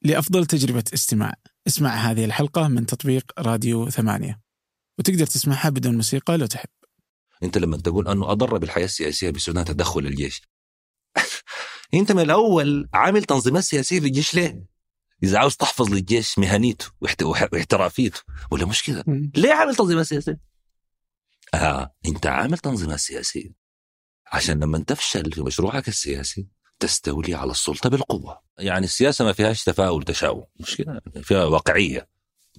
لأفضل تجربة استماع. اسمع هذه الحلقة من تطبيق راديو 8، وتقدر تسمعها بدون موسيقى لو تحب. أنت لما تقول أنه أضر بالحياة السياسية بالسودان تدخل الجيش أنت من الأول عامل تنظيمات سياسية في الجيش ليه؟ إذا عاوز تحفظ للجيش مهنيته واحترافيته ولا مش كده؟ ليه عامل تنظيمات سياسية؟ أنت عامل تنظيمات سياسية عشان لما تفشل في مشروعك السياسي تستولي على السلطة بالقوة. يعني السياسة ما فيهاش تفاؤل تشاؤم، مش كده، فيها واقعية.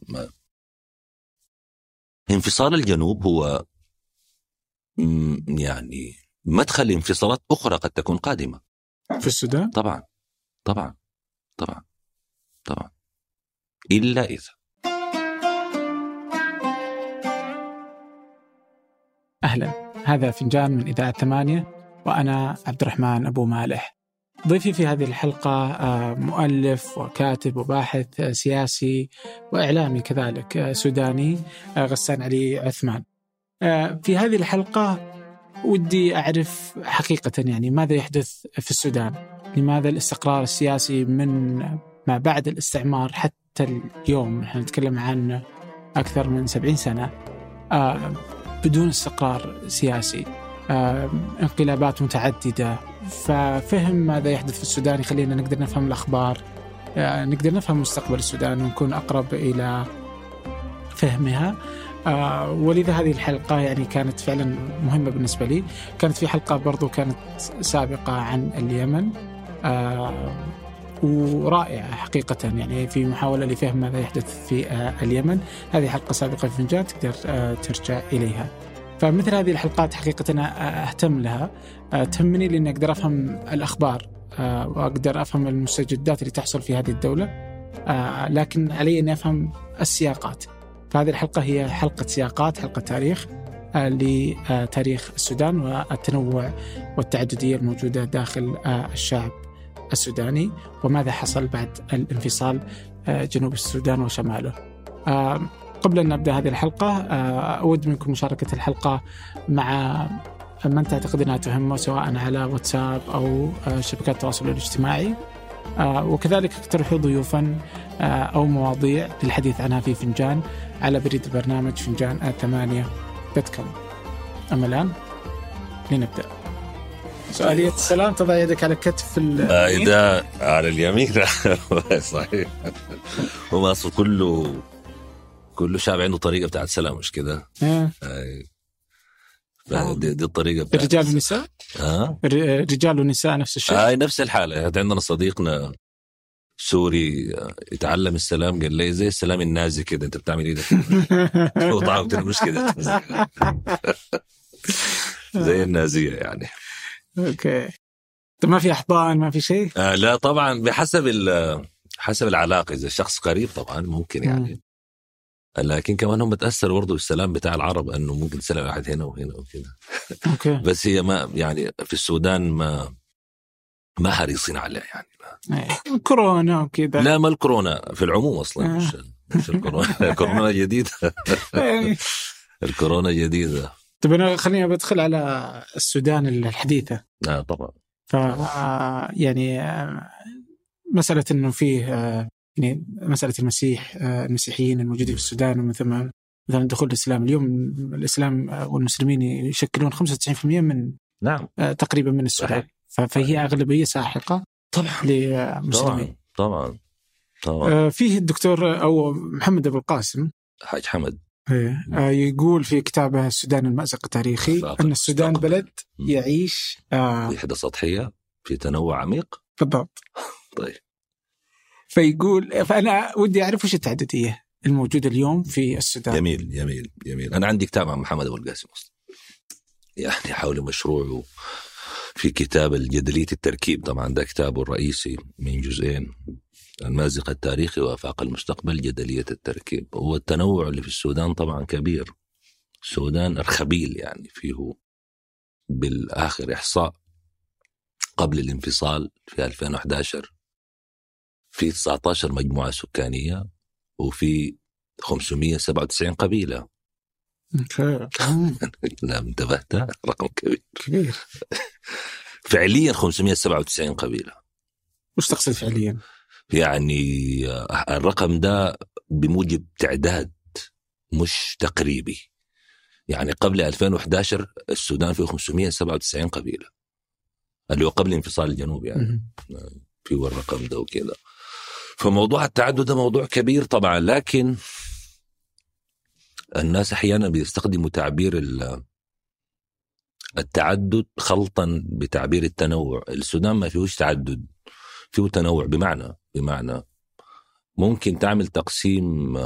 انفصال الجنوب هو يعني مدخل انفصالات أخرى قد تكون قادمة في السودان. طبعا طبعا طبعا طبعا، إلا إذا. أهلا، هذا فنجان من إذاعة 8 وأنا عبد الرحمن أبو مالح. ضيفي في هذه الحلقة مؤلف وكاتب وباحث سياسي وإعلامي كذلك سوداني، غسان علي عثمان. في هذه الحلقة ودي أعرف حقيقة يعني ماذا يحدث في السودان، لماذا الاستقرار السياسي من ما بعد الاستعمار حتى اليوم، نحن نتكلم عن أكثر من 70 سنة بدون استقرار سياسي، انقلابات متعددة. ففهم ماذا يحدث في السودان يخلينا نقدر نفهم الأخبار، نقدر نفهم مستقبل السودان ونكون أقرب إلى فهمها. ولذا هذه الحلقة يعني كانت فعلا مهمة بالنسبة لي. كانت في حلقة برضو كانت سابقة عن اليمن ورائعة حقيقة، يعني في محاولة لفهم ماذا يحدث في اليمن. هذه حلقة سابقة في فنجان تقدر ترجع إليها. فمثل هذه الحلقات حقيقة أنا أهتم لها، تهمني لأني أقدر أفهم الأخبار وأقدر أفهم المستجدات اللي تحصل في هذه الدولة، لكن علي أن أفهم السياقات. فهذه الحلقة هي حلقة سياقات، حلقة تاريخ لتاريخ السودان والتنوع والتعددية الموجودة داخل الشعب السوداني، وماذا حصل بعد الانفصال جنوب السودان وشماله. قبل أن نبدأ هذه الحلقة أود منكم مشاركة الحلقة مع من تعتقد أنها تهمه، سواء على واتساب أو شبكات التواصل الاجتماعي، وكذلك اقترحوا ضيوفا أو مواضيع للحديث عنها في فنجان على بريد البرنامج فنجان8.com. أما الآن لنبدأ. سؤالية السلام، تضع يدك على كتف إذا على اليمين. صحيح. هو أصل كل شعب عنده طريقة بتاعت السلام، مش كده؟ دي الطريقة بتاعت الرجال والنساء. رجال ونساء نفس الشيء. نفس الحالة. عندنا صديقنا سوري يتعلم السلام، قال لي زي السلام النازي كده، انت بتعمل ايه ده؟ وطعمت مش كده زي النازية يعني. اوكي، طب ما في احضان، ما في شيء؟ لا طبعا، حسب العلاقة. اذا الشخص قريب طبعا ممكن يعني، لكن كمان هم متأثر برضو بالسلام بتاع العرب، انه ممكن تسلم واحد هنا وهنا وكده. اوكي. بس هي ما يعني في السودان ما حريصين عليها يعني. كورونا وكذا. لا، ما الكورونا في العموم اصلا. مش الكورونا. كورونا جديدة. الكورونا جديدة. طب أنا خليني بدخل على السودان الحديثة. طبعا. يعني مسألة إنه فيه يعني مسألة المسيحيين الموجودين في السودان، ومثلا دخول الإسلام اليوم. الإسلام والمسلمين يشكلون 95% من تقريبا من السودان. فهي أغلبية ساحقة طبعا للمسلمين. طبعا. فيه الدكتور أو محمد أبو القاسم، حاج حمد، يقول في كتابه السودان المأزق التاريخي أن السودان بلد يعيش وحدة سطحية في تنوع عميق. بالضبط. طيب، فيقول، فأنا ودي أعرف وش التعددية الموجودة اليوم في السودان. جميل جميل جميل. أنا عندي كتاب عن محمد أبو القاسم يعني حول مشروعه في كتاب الجدلية التركيب. طبعا ده كتابه الرئيسي من جزئين، المازق التاريخي وآفاق المستقبل، جدلية التركيب. هو التنوع اللي في السودان طبعا كبير. السودان أرخبيل يعني، فيه بالآخر إحصاء قبل الانفصال في 2011 في 19 مجموعة سكانية وفي 597 قبيلة. لا، انتبهت، رقم كبير. فعليا 597 قبيلة. وش تقصد فعليا؟ يعني الرقم ده بموجب تعداد مش تقريبي. يعني قبل 2011 السودان فيه 597 قبيلة، اللي هو قبل انفصال الجنوب يعني في الرقم ده وكذا. فموضوع التعدد ده موضوع كبير طبعا، لكن الناس احيانا بيستخدموا تعبير التعدد خلطا بتعبير التنوع. السودان ما فيهوش تعدد، فيه تنوع. بمعنى ممكن تعمل تقسيم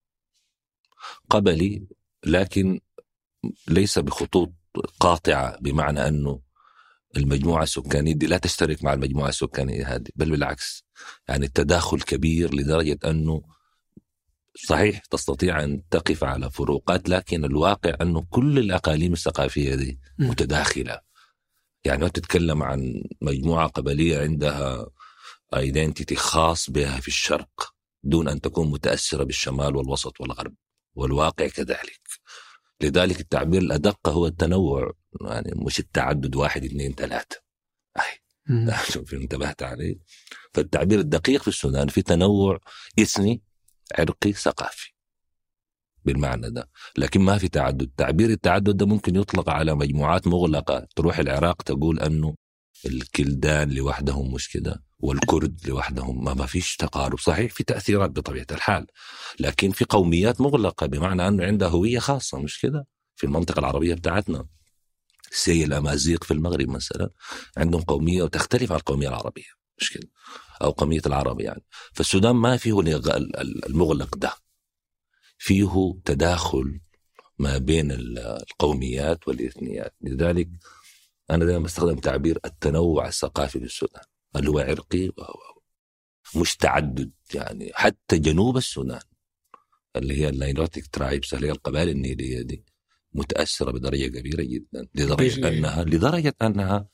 قبلي لكن ليس بخطوط قاطعة، بمعنى أنه المجموعة السكانية دي لا تشترك مع المجموعة السكانية هذه، بل بالعكس. يعني التداخل كبير لدرجة أنه صحيح تستطيع أن تقف على فروقات، لكن الواقع أنه كل الأقاليم الثقافية دي متداخلة. يعني تتكلم عن مجموعة قبلية عندها ايدنتيتي خاص بها في الشرق دون أن تكون متأثرة بالشمال والوسط والغرب، والواقع كذلك. لذلك التعبير الأدق هو التنوع، يعني مش التعدد 1 2 3. شوف انتبهت عليه. فالتعبير الدقيق في السودان في تنوع إثني عرقي ثقافي بالمعنى ده، لكن ما في تعدد. تعبير التعدد ده ممكن يطلق على مجموعات مغلقة. تروح العراق تقول أنه الكلدان لوحدهم مش كده، والكرد لوحدهم ما فيش تقارب. صحيح في تأثيرات بطبيعة الحال، لكن في قوميات مغلقة بمعنى أنه عندها هوية خاصة مش كده. في المنطقة العربية بتاعتنا سي الأمازيغ في المغرب مثلا عندهم قومية وتختلف عن القومية العربية مش كده، أو قومية العرب يعني. فالسودان ما فيه المغلق ده، فيه تداخل ما بين القوميات والإثنيات. لذلك أنا دائما بستخدم تعبير التنوع الثقافي في السودان اللي هو عرقي مش تعدد. يعني حتى جنوب السودان اللي هي النيلوتيك ترايبس اللي هي القبائل النيلية دي متأثرة بدرجة كبيرة جدا، لدرجة أنها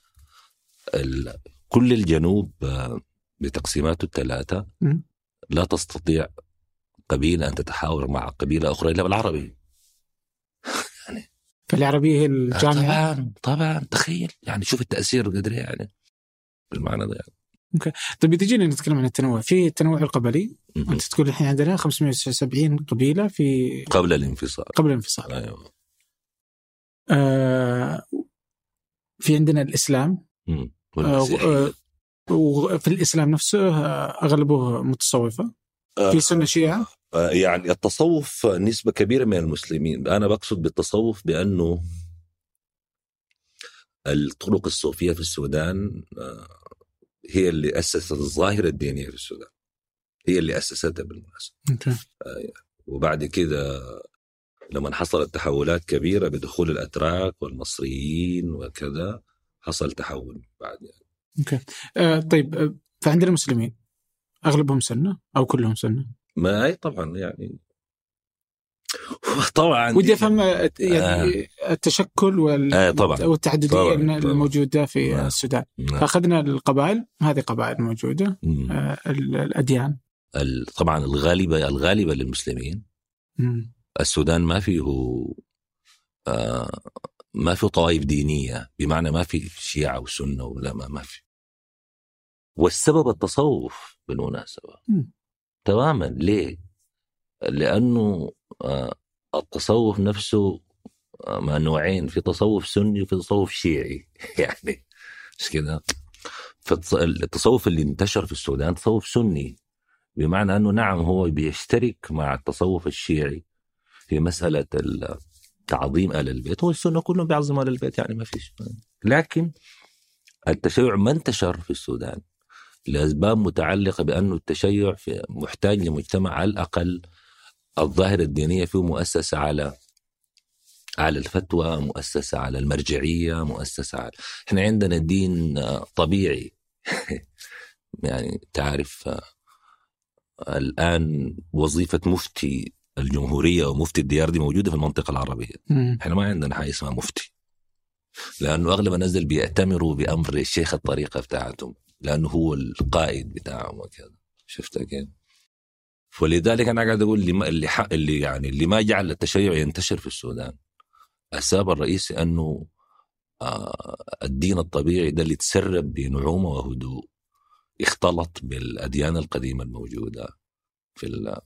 كل الجنوب بتقسيماته الثلاثة لا تستطيع قبيلة أن تتحاور مع قبيلة أخرى إلا بالعربي. يعني فالعربية هي الجامعة. طبعا تخيل يعني، شوف التأثير قدر يعني بالمعنى ده يعني. اوكي طيب تجينا نتكلم عن التنوع. في التنوع القبلي انت تقول الحين عندنا 570 قبيلة في قبل الانفصال. أيوة. في عندنا الإسلام وفي الإسلام نفسه أغلبه متصوفة، في سنة شيعة. يعني التصوف نسبة كبيرة من المسلمين. أنا بقصد بالتصوف بأنه الطرق الصوفية في السودان هي اللي أسست الظاهرة الدينية في السودان، هي اللي أسستها بالمناسبة. وبعد كده لما حصلت تحولات كبيرة بدخول الأتراك والمصريين وكذا حصل تحول بعد يعني. طيب فعندنا المسلمين أغلبهم سنة أو كلهم سنة؟ ما أي طبعا يعني طبعا ودي أفهم يعني التشكل والتعددية الموجودة في السودان. فأخذنا القبائل، هذه قبائل موجودة. الأديان طبعا الغالبة للمسلمين. السودان ما فيه طوائف دينية، بمعنى ما في شيعة وسنة ولا ما في. والسبب التصوف بالمناسبة تماما. ليه؟ لأنه التصوف نفسه ما نوعين، في تصوف سني وفي تصوف شيعي يعني مش كده. فالتصوف اللي انتشر في السودان تصوف سني، بمعنى أنه نعم هو بيشترك مع التصوف الشيعي في مسألة تعظيم آل البيت، والسنة كلهم بيعظموا آل البيت يعني ما فيش. لكن التشيع ما انتشر في السودان لأسباب متعلقة بأنه التشيع محتاج لمجتمع على الأقل الظاهرة الدينية فيه مؤسسة على الفتوى، مؤسسة على المرجعية، مؤسسة على احنا عندنا دين طبيعي يعني تعرف الآن وظيفة مفتي الجمهورية ومفتي الديار دي موجودة في المنطقة العربية. احنا ما عندنا حاجة اسمها مفتي، لأنه أغلب الناس بيأتمروا بأمر الشيخ الطريقة بتاعتهم، لأنه هو القائد بتاعهم وكذا. شفت كيف؟ ولذلك أنا قاعد أقول اللي ما جعل التشيع ينتشر في السودان السبب الرئيسي أنه الدين الطبيعي ده اللي تسرب بنعومة وهدوء اختلط بالأديان القديمة الموجودة في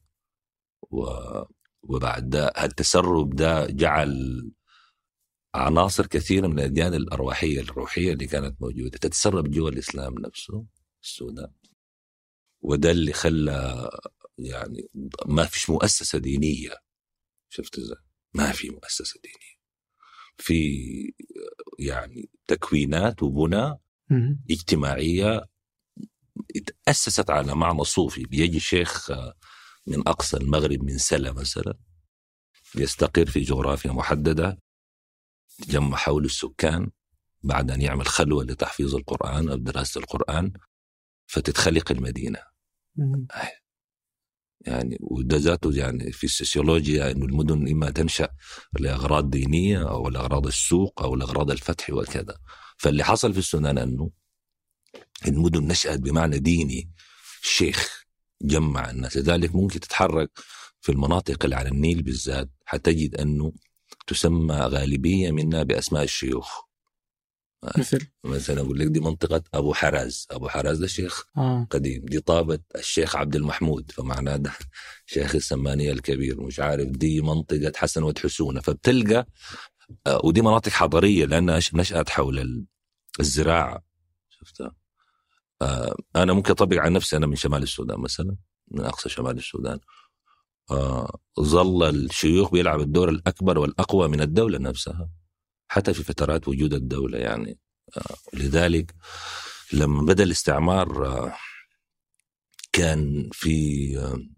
وبعد ده التسرب ده جعل عناصر كثيرة من الأديان الروحية اللي كانت موجودة تتسرب جوا الإسلام نفسه السودان. وده اللي خلى يعني ما فيش مؤسسة دينية. شفت ازاي؟ ما في مؤسسة دينية، في يعني تكوينات وبنى اجتماعية تأسست على معنى صوفي. بيجي شيخ من أقصى المغرب من سلا مثلا يستقر في جغرافيا محددة، تجمع حول السكان بعد أن يعمل خلوة لتحفيظ القرآن أو دراسة القرآن، فتتخلق المدينة. يعني وده ذاته يعني في السوسيولوجيا إنه المدن إما تنشأ لأغراض دينية أو لأغراض السوق أو لأغراض الفتح وكذا. فاللي حصل في السودان أنه المدن نشأت بمعنى ديني، الشيخ جمع الناس. لذلك ممكن تتحرك في المناطق اللي على النيل بالذات حتجد أنه تسمى غالبية منها بأسماء الشيوخ. مثلا أقول لك دي منطقة أبو حراز. أبو حراز ده شيخ قديم. دي طابة الشيخ عبد المحمود، فمعناه ده شيخ السمانية الكبير. مش عارف دي منطقة حسن وتحسونة. فبتلقى ودي مناطق حضرية لأنها نشأت حول الزراعة. شفتها؟ أنا ممكن أطبق عن نفسي. أنا من شمال السودان مثلا، من أقصى شمال السودان. ظل الشيوخ بيلعب الدور الأكبر والأقوى من الدولة نفسها حتى في فترات وجود الدولة يعني. لذلك لما بدأ الاستعمار كان في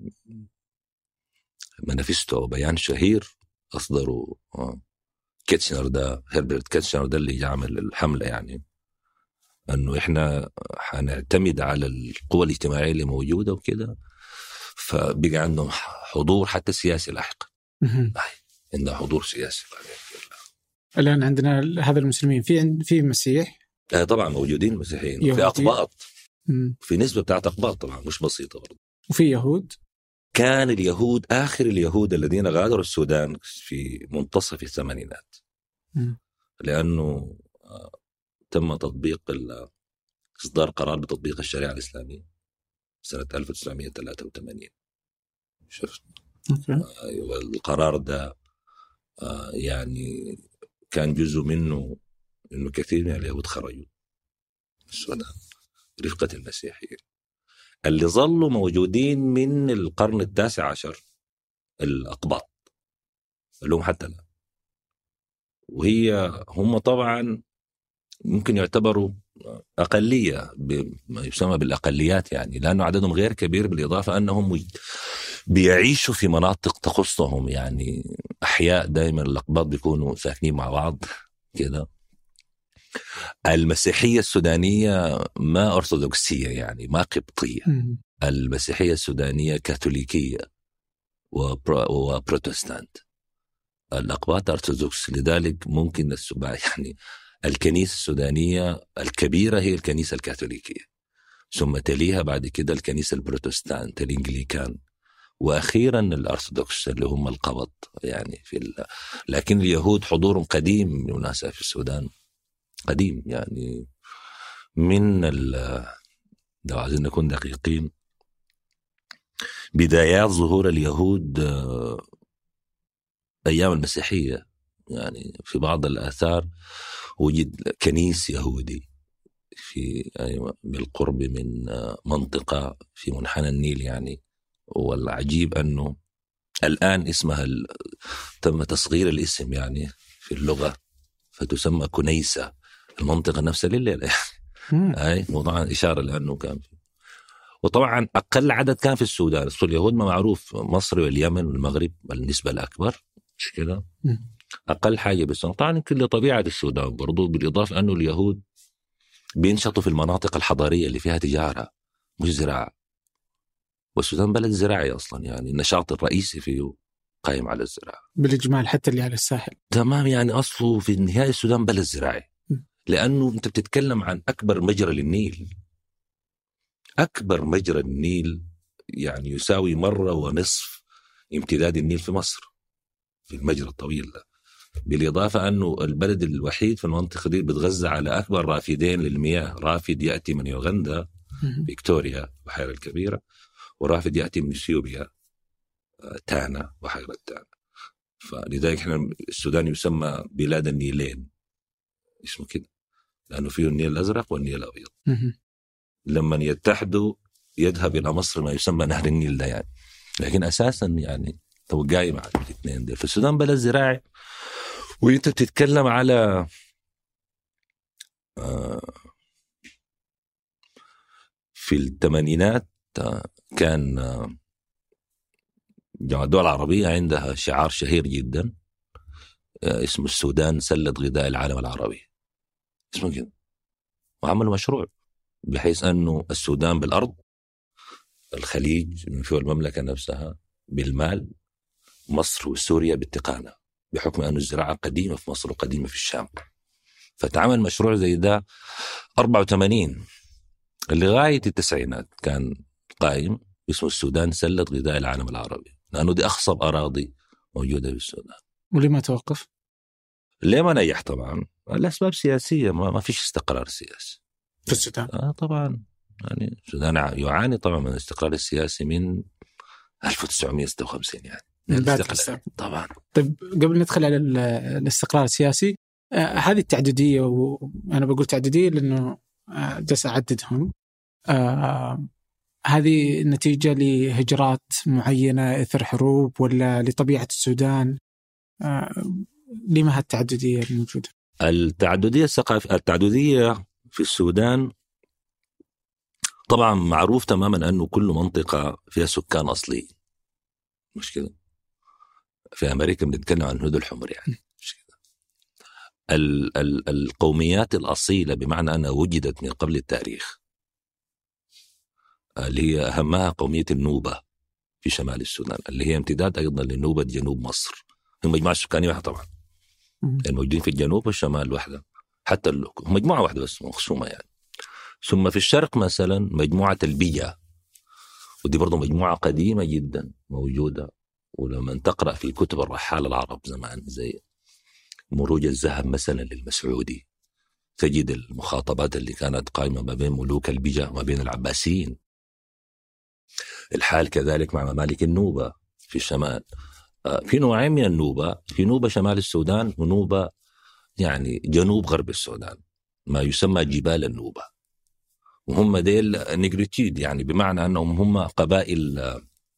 مانيفستو أو بيان شهير أصدروا كيتشنر ده، هربرت كيتشنر ده اللي يعمل الحملة، يعني أنه إحنا هنعتمد على القوى الاجتماعية اللي موجودة وكده. فبقى عندهم حضور حتى سياسي لاحقا. عندنا حضور سياسي. الآن عندنا هذا المسلمين، في مسيح طبعا موجودين مسيحيين، في أقباط، في نسبة بتاعت أقباط طبعا مش بسيطة برضه. وفي يهود. كان اليهود آخر اليهود الذين غادروا السودان في منتصف الثمانينات، لأنه تم تطبيق إصدار قرار بتطبيق الشريعة الإسلامية سنة 1983. شفت؟ والقرار ده يعني كان جزء منه إنه كثير من اليهود خرجوا السودان رفقة المسيحيين اللي ظلوا موجودين من القرن 19 الأقباط اللي هم حتى الآن. هم طبعا ممكن يعتبروا أقلية بما يسمى بالأقليات، يعني لأنه عددهم غير كبير، بالإضافة أنهم بيعيشوا في مناطق تخصهم، يعني أحياء دائما الأقباط بيكونوا ساكنين مع بعض كده. المسيحية السودانية ما أرثوذكسية، يعني ما قبطية. المسيحية السودانية كاثوليكية وبروتستانت. الأقباط أرثوذكس. لذلك ممكن يعني الكنيسة السودانية الكبيرة هي الكنيسة الكاثوليكية، ثم تليها بعد كده الكنيسة البروتستانت الإنجليكان، وأخيرا الأرثوذكس اللي هم القبط يعني لكن اليهود حضورهم قديم بالمناسبة في السودان، قديم يعني من لو عايزين نكون دقيقين بدايات ظهور اليهود أيام المسيحية. يعني في بعض الآثار وجد كنيس يهودي في بالقرب من منطقة في منحنى النيل يعني. والعجيب أنه الآن اسمها تم تصغير الاسم يعني في اللغة، فتسمى كنيسة المنطقة نفسها لليلة يعني. وطبعا إشارة لأنه كان وطبعا أقل عدد كان في السودان. اليهود ما معروف، مصر واليمن والمغرب النسبة الأكبر، مش كده؟ أقل حاجة. بس طبعا كل طبيعة السودان برضو، بالإضافة أنه اليهود بينشطوا في المناطق الحضارية اللي فيها تجارة مش زراعة، والسودان بلد زراعي أصلا، يعني النشاط الرئيسي فيه قائم على الزراعة بالإجمال حتى اللي على الساحل. تمام، يعني أصله في النهاية السودان بلد زراعي، لأنه أنت بتتكلم عن أكبر مجرى للنيل. أكبر مجرى النيل يعني يساوي مرة ونصف امتداد النيل في مصر في المجرى الطويل ده. بالإضافة أنه البلد الوحيد في المنطقة دي بتغذى على أكبر رافدين للمياه، رافد يأتي من يوغندا فيكتوريا بحيرة الكبيرة، ورافد يأتي من إثيوبيا تانا بحيرة تانا. فلذلك احنا السودان يسمى بلاد النيلين، اسمه كده لأنه فيه النيل الأزرق والنيل الأبيض. لما يتحدوا يذهب إلى مصر ما يسمى نهر النيل ده يعني. لكن أساسا يعني توقعي مع الاثنين دي. في السودان بلد زراعي، وانت بتتكلم على في الثمانينات كان جامعة الدول العربية عندها شعار شهير جدا اسمه السودان سلة غذاء العالم العربي، اسمه كده. وعملوا مشروع بحيث أنه السودان بالأرض، الخليج من فيه المملكة نفسها بالمال، مصر وسوريا بالتقانة، بحكم أن الزراعة قديمة في مصر وقديمة في الشام. فتعمل مشروع زي ده 84 لغاية التسعينات كان قائم، اسمه السودان سلة غذاء العالم العربي، لأنه دي أخصب أراضي موجودة في السودان. ولما توقف؟ ليه ما نجح؟ طبعا الأسباب سياسية، ما فيش استقرار سياسي في السودان. طبعا يعني السودان يعاني طبعا من الاستقرار السياسي من 1956 يعني طبعا. طيب قبل ندخل على الاستقرار السياسي، هذه التعددية، وأنا بقول تعددية لأنه جالس أعددهم، هذه نتيجة لهجرات معينة إثر حروب ولا لطبيعة السودان؟ لما هالتعددية الموجودة؟ التعددية في السودان طبعا معروف تماما أنه كل منطقة فيها سكان أصلي، مش كده؟ في أمريكا بنتكلم عن الهنود الحمر يعني، مش كده؟ القوميات الأصيلة بمعنى أنها وجدت من قبل التاريخ، اللي هي أهمها قومية النوبة في شمال السودان، اللي هي امتداد أيضا لنوبة جنوب مصر. المجموعة السكانية واحدة طبعا، الموجودين في الجنوب والشمال واحدة، حتى مجموعة واحدة بس مقسومة يعني. ثم في الشرق مثلا مجموعة البيجا، ودي برضو مجموعة قديمة جدا موجودة. ولما تقرأ في كتب الرحالة العرب زمان زي مروج الذهب مثلا للمسعودي، تجد المخاطبات اللي كانت قائمة ما بين ملوك البيجا وما بين العباسيين. الحال كذلك مع ممالك النوبة في الشمال. في نوعين من النوبة، في نوبة شمال السودان ونوبة يعني جنوب غرب السودان، ما يسمى جبال النوبة، وهم ديل نيجريتيد يعني بمعنى أنهم هم قبائل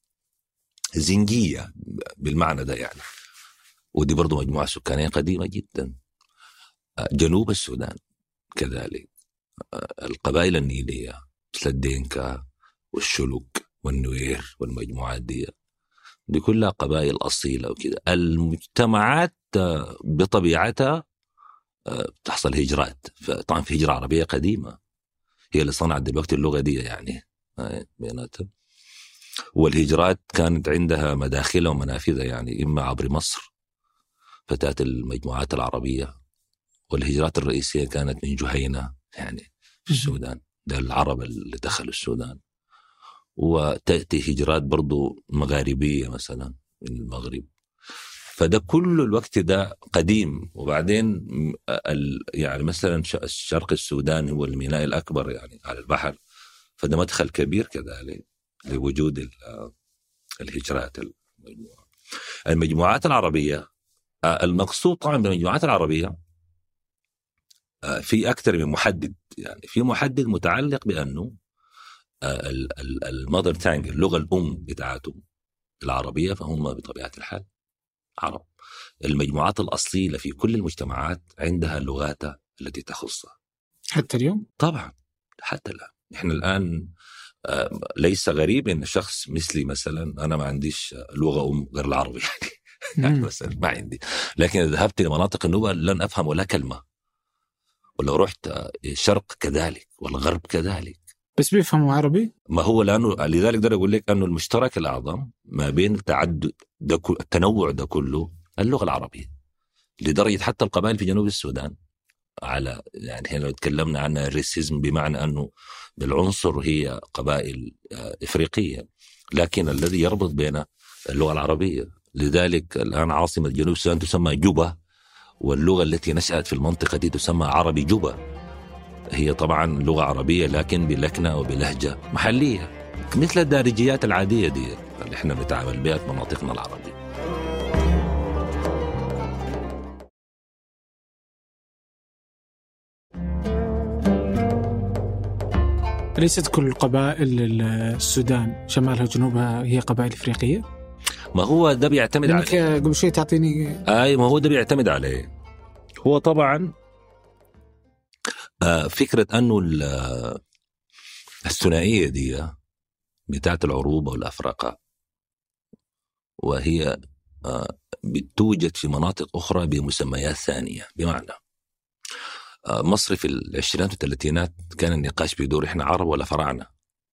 زنجية بالمعنى ده يعني. ودي برضو مجموعة سكانية قديمة جدا. جنوب السودان كذلك القبائل النيلية مثل الدينكا والشلوك والنوير والمجموعات دي كلها قبائل أصيلة وكده. المجتمعات بطبيعتها تحصل هجرات، طبعا في هجرة عربية قديمة هي اللي صنعت دلوقتي اللغة دي يعني بيناتها. والهجرات كانت عندها مداخلها ومنافذها يعني، إما عبر مصر فتاة المجموعات العربية، والهجرات الرئيسية كانت من جهينة يعني في السودان، ده العرب اللي دخلوا السودان. وتأتي هجرات برضو مغاربية مثلا من المغرب. فده كل الوقت ده قديم. وبعدين يعني مثلا الشرق السودان هو الميناء الأكبر يعني على البحر، فده مدخل كبير كذلك لوجود الهجرات. المجموعات العربية، المقصود طبعا بالمجموعات العربية في أكثر من محدد يعني. في محدد متعلق بأنه المادر تانج اللغة الأم بتاعتهم العربية، فهم بطبيعة الحال عرب. المجموعات الأصلية في كل المجتمعات عندها لغاتها التي تخصها حتى اليوم طبعا، حتى الآن. إحنا الآن ليس غريب إن شخص مثلي مثلا أنا ما عنديش لغة أم غير العربي يعني مثلا ما عندي، لكن إذا ذهبت لمناطق النوبة لن أفهم ولا كلمة. ولو رحت الشرق كذلك والغرب كذلك، بس بيفهموا عربي. ما هو لأنه لذلك ده أقول لك أنه المشترك الأعظم ما بين التعدد ده التنوع ده كله اللغة العربية. لدرجة حتى القبائل في جنوب السودان على يعني هنا لو تكلمنا عن الريسيزم بمعنى أنه بالعنصر هي قبائل إفريقية، لكن الذي يربط بين اللغة العربية. لذلك الآن عاصمة جنوب السودان تسمى جوبا، واللغة التي نشأت في المنطقة دي تسمى عربي جوبا. هي طبعا لغة عربية لكن بلكنة وبلهجة محلية، مثل الدارجيات العادية دي اللي احنا بنتعامل بها في مناطقنا العربية. ليست كل قبائل السودان شمالها وجنوبها هي قبائل إفريقية؟ ما هو ده بيعتمد عليه. قبل شوي تعطيني ما هو ده بيعتمد عليه. هو طبعا فكرة أنه الثنائية دي بتاعت العروبة والأفرقة، وهي بتوجد في مناطق أخرى بمسميات ثانية. بمعنى مصر في العشرينات والثلاثينات كان النقاش بيدور إحنا عرب ولا فراعنة.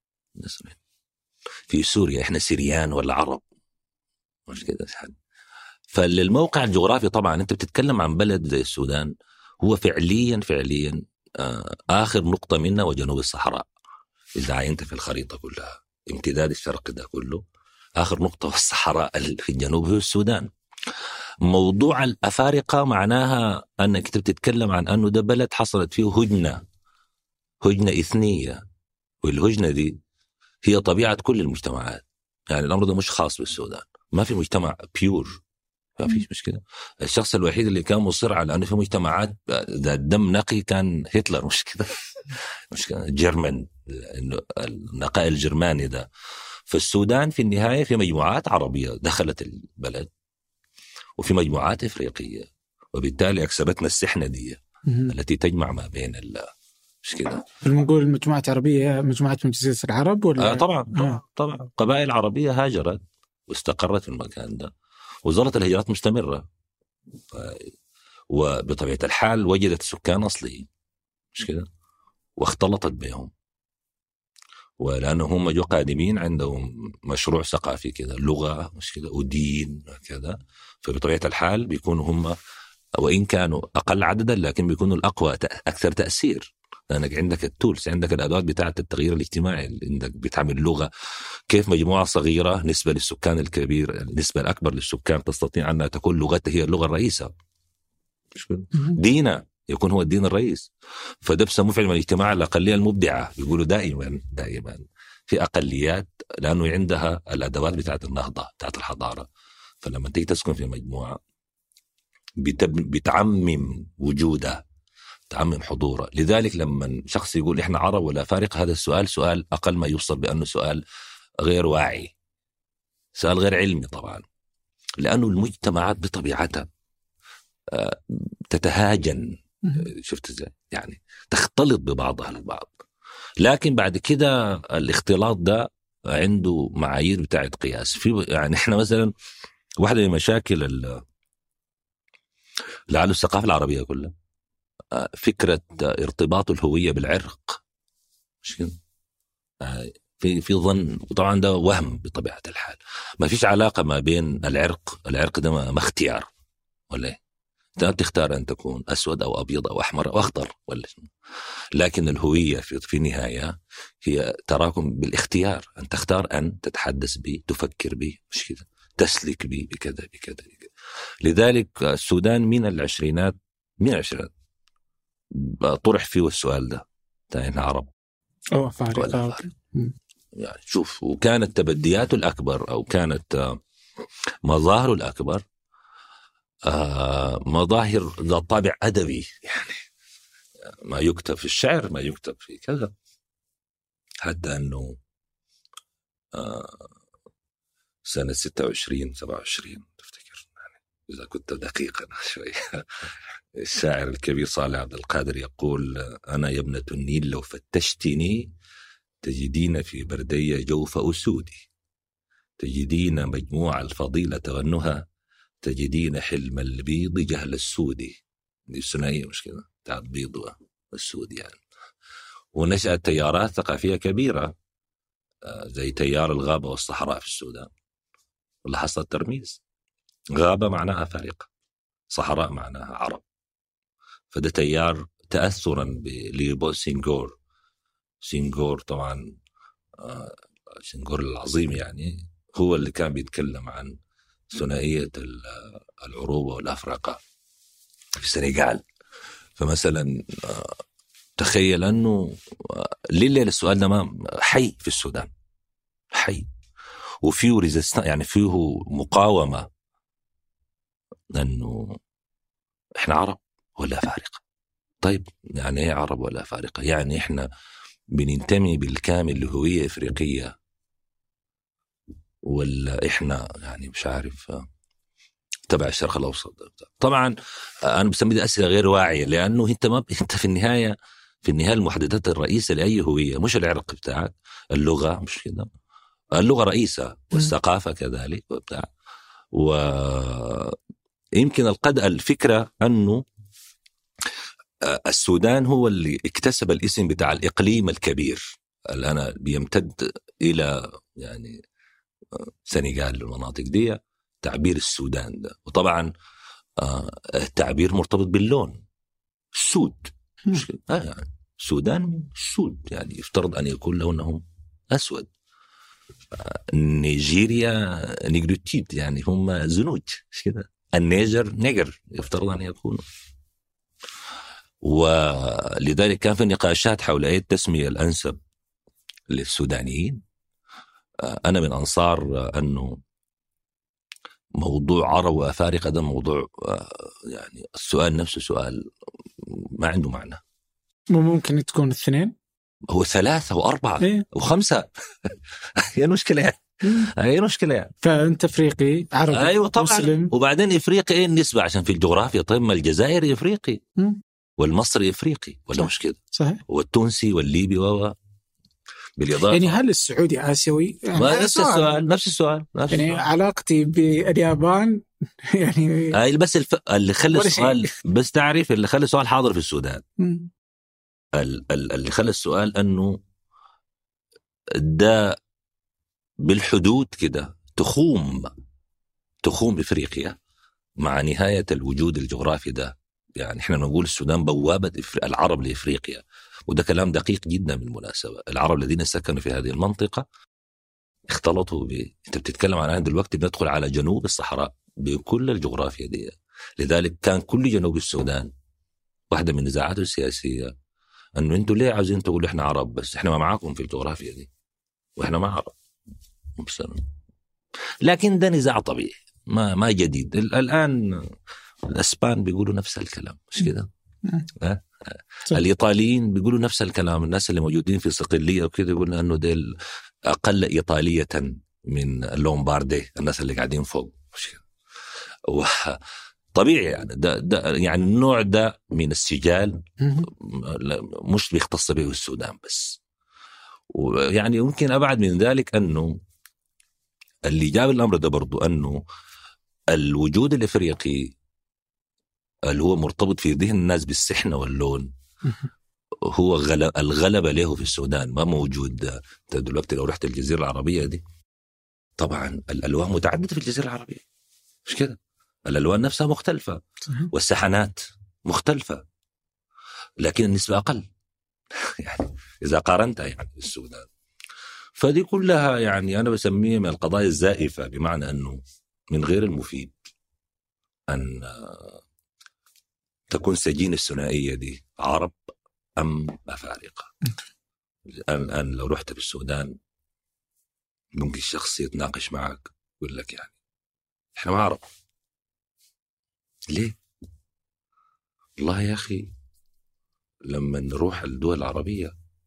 في سوريا إحنا سريان ولا عرب، مش كده. فالموقع الجغرافي طبعا أنت بتتكلم عن بلد زي السودان، هو فعليا آخر نقطة منه وجنوب الصحراء. إذا عينت في الخريطة كلها امتداد الشرق ده كله، آخر نقطة في الصحراء في الجنوب هو السودان. موضوع الأفارقة معناها أنك تتكلم عن أنه ده بلد حصلت فيه هجنة إثنية، والهجنة دي هي طبيعة كل المجتمعات. يعني الأمر ده مش خاص بالسودان، ما في مجتمع بيور، ما فيش مشكلة. الشخص الوحيد اللي كان مصر على أنه في مجتمعات ذات دم نقي كان هتلر، مش كده. مش كده جيرمان، النقاء الجرماني ده. في السودان في النهاية في مجموعات عربية دخلت البلد وفي مجموعات إفريقية، وبالتالي أكسبتنا السحنة دي التي تجمع ما بين مش كده. نقول مجموعات عربية، مجموعات من جزيرة العرب ولا؟ طبعا قبائل عربية هاجرت واستقرت في المكان ده، وظلت الهجرات مستمرة، وبطبيعة الحال وجدت سكان أصليين، مش كده، واختلطت بهم، ولأنه هم جو قادمين عندهم مشروع ثقافي كده، لغة مش كده ودين كذا، فبطبيعة الحال بيكونوا هم وإن كانوا أقل عددا لكن بيكونوا الأقوى أكثر تأثير، لأنك عندك التولز، عندك الأدوات بتاعة التغيير الاجتماعي، عندك بتعمل لغة. كيف مجموعة صغيرة نسبة للسكان الكبير، النسبة الأكبر للسكان تستطيع أنها تكون لغتها هي اللغة الرئيسة، دينا يكون هو الدين الرئيس. فده بسموه في علم الاجتماع الأقلية المبدعة. بيقولوا دائما في أقليات لأنه عندها الأدوات بتاعة النهضة بتاعة الحضارة، فلما تيجي تسكن في مجموعة بتعمم وجودها، تعمم حضوره. لذلك لما شخص يقول إحنا عرب ولا فارق، هذا السؤال سؤال أقل ما يوصل بأنه سؤال غير واعي، سؤال غير علمي طبعا، لأنه المجتمعات بطبيعتها تتهاجن، شفت ازاي، يعني تختلط ببعضها البعض. لكن بعد كده الاختلاط ده عنده معايير بتاعة قياس. في يعني احنا مثلا واحدة من مشاكل لعل الثقافة العربية كلها فكرة ارتباط الهوية بالعرق، مش كده؟ في ظن، وطبعا ده وهم بطبيعة الحال. ما فيش علاقة ما بين العرق ده ما اختيار ولا ايه؟ انت بتختار ان تكون اسود او ابيض او احمر او اخضر ولا شنو، لكن الهويه في النهايه هي تراكم بالاختيار، ان تختار ان تتحدث به، تفكر به، مش كده، تسلك به بكذا بكذا بكذا. لذلك السودان من العشرينات طرح فيه السؤال ده، احنا عرب فارق. يعني شوف، وكانت تبدياته الاكبر او كانت مظاهره الاكبر مظاهر ذات طابع أدبي، يعني ما يكتب في الشعر، ما يكتب في كذا، حتى أنه سنة 26-27 تفتكر، يعني إذا كنت دقيقا شوية، الشاعر الكبير صالح عبد القادر يقول: أنا يا ابنة النيل لو فتشتني تجدين في بردي جوف أسودي، تجدين مجموع الفضيلة والنهى، تجدين حلم البيض جهل السودي. دي الثنائية مش كده، بتاع البيض والسود يعني. ونشأت تيارات ثقافية كبيرة زي تيار الغابة والصحراء في السودان، واللي حصل ترميز، غابة معناها فارقة، صحراء معناها عرب. فده تيار تأثرا بليوبولد سينغور طبعا، سينغور العظيم يعني، هو اللي كان بيتكلم عن ثنائية العروبة والأفرقة في السنغال. فمثلا تخيل أنه ليه السؤال ده ما حي في السودان، حي وفيه ريزيستانس، يعني فيه مقاومة، أنه إحنا عرب ولا أفارقة. طيب يعني إيه عرب ولا أفارقة؟ يعني إحنا بننتمي بالكامل لهوية إفريقية، ولا إحنا يعني مش عارف تبع الشرق الأوسط؟ طبعا أنا بسمي دي أسئلة غير واعية، لأنه أنت في النهاية المحددات الرئيسة لأي هوية مش العرق بتاعك، اللغة مش كده، اللغة رئيسة والثقافة كذلك وبتاع. ويمكن الفكرة أنه السودان هو اللي اكتسب الاسم بتاع الإقليم الكبير اللي أنا بيمتد إلى يعني سنغال والمناطق دي، تعبير السودان ده. وطبعا التعبير مرتبط باللون، السود يعني السودان السود، يعني يفترض أن يكون لونهم أسود. نيجيريا نيجروتيد، يعني هم زنوج كده. النيجر نيجر يفترض أن يكونوا. ولذلك كان في نقاشات حول أي التسمية الأنسب للسودانيين. أنا من أنصار أنه موضوع عرب وأفارقة ده موضوع يعني السؤال نفسه سؤال ما عنده معنى. ممكن تكون الاثنين، هو 3 و4 إيه؟ و5 هي المشكلة يعني. هي المشكلة يعني. فأنت أفريقي عربي، أيوة طبعا مسلم. وبعدين إفريقي إيه النسبة عشان في الجغرافيا؟ طيب ما الجزائري إفريقي والمصري إفريقي ولا مش كده؟ صحيح. والتونسي والليبي بالإضافة يعني هل السعودي آسيوي؟ نفس السؤال يعني علاقتي باليابان يعني بس اللي خلى السؤال بس تعرف اللي خلى السؤال حاضر في السودان اللي خلى السؤال أنه ده بالحدود كده تخوم إفريقيا مع نهاية الوجود الجغرافي ده. يعني احنا نقول السودان بوابة العرب لإفريقيا، وده كلام دقيق جدا بالمناسبة. العرب الذين سكنوا في هذه المنطقة اختلطوا انت بتتكلم عن دلوقتي بندخل على جنوب الصحراء بكل الجغرافيا دي. لذلك كان كل جنوب السودان واحدة من نزاعاته السياسية أنه أنتوا ليه عاوزين تقولوا إحنا عرب بس إحنا ما معاكم في الجغرافيا دي وإحنا ما عرب. لكن ده نزاع طبيعي ما جديد. الآن الأسبان بيقولوا نفس الكلام مش كده؟ الإيطاليين بيقولوا نفس الكلام. الناس اللي موجودين في صقلية وكده يقولون أنه ديل أقل إيطالية من اللومباردي، الناس اللي قاعدين فوق مش كده؟ طبيعي يعني ده يعني النوع ده من السجال مش بيختص به السودان بس. ويعني يمكن أبعد من ذلك أنه اللي جاب الأمر ده برضو أنه الوجود الإفريقي اللي هو مرتبط في ذهن الناس بالسحنة واللون هو الغلبة له في السودان ما موجود. دلوقتي لو رحت الجزيرة العربية دي طبعا الألوان متعددة في الجزيرة العربية مش كده؟ الألوان نفسها مختلفة والسحنات مختلفة، لكن النسبة أقل يعني إذا قارنتها يعني بالسودان. فدي كلها يعني أنا بسميها من القضايا الزائفة، بمعنى أنه من غير المفيد أن تكون سجين الثنائية دي عرب أم أفارقة. الآن لو رحت بالسودان ممكن الشخص يتناقش معك يقول لك يعني إحنا ما عرب. ليه؟ والله يا أخي لما نروح الدول العربية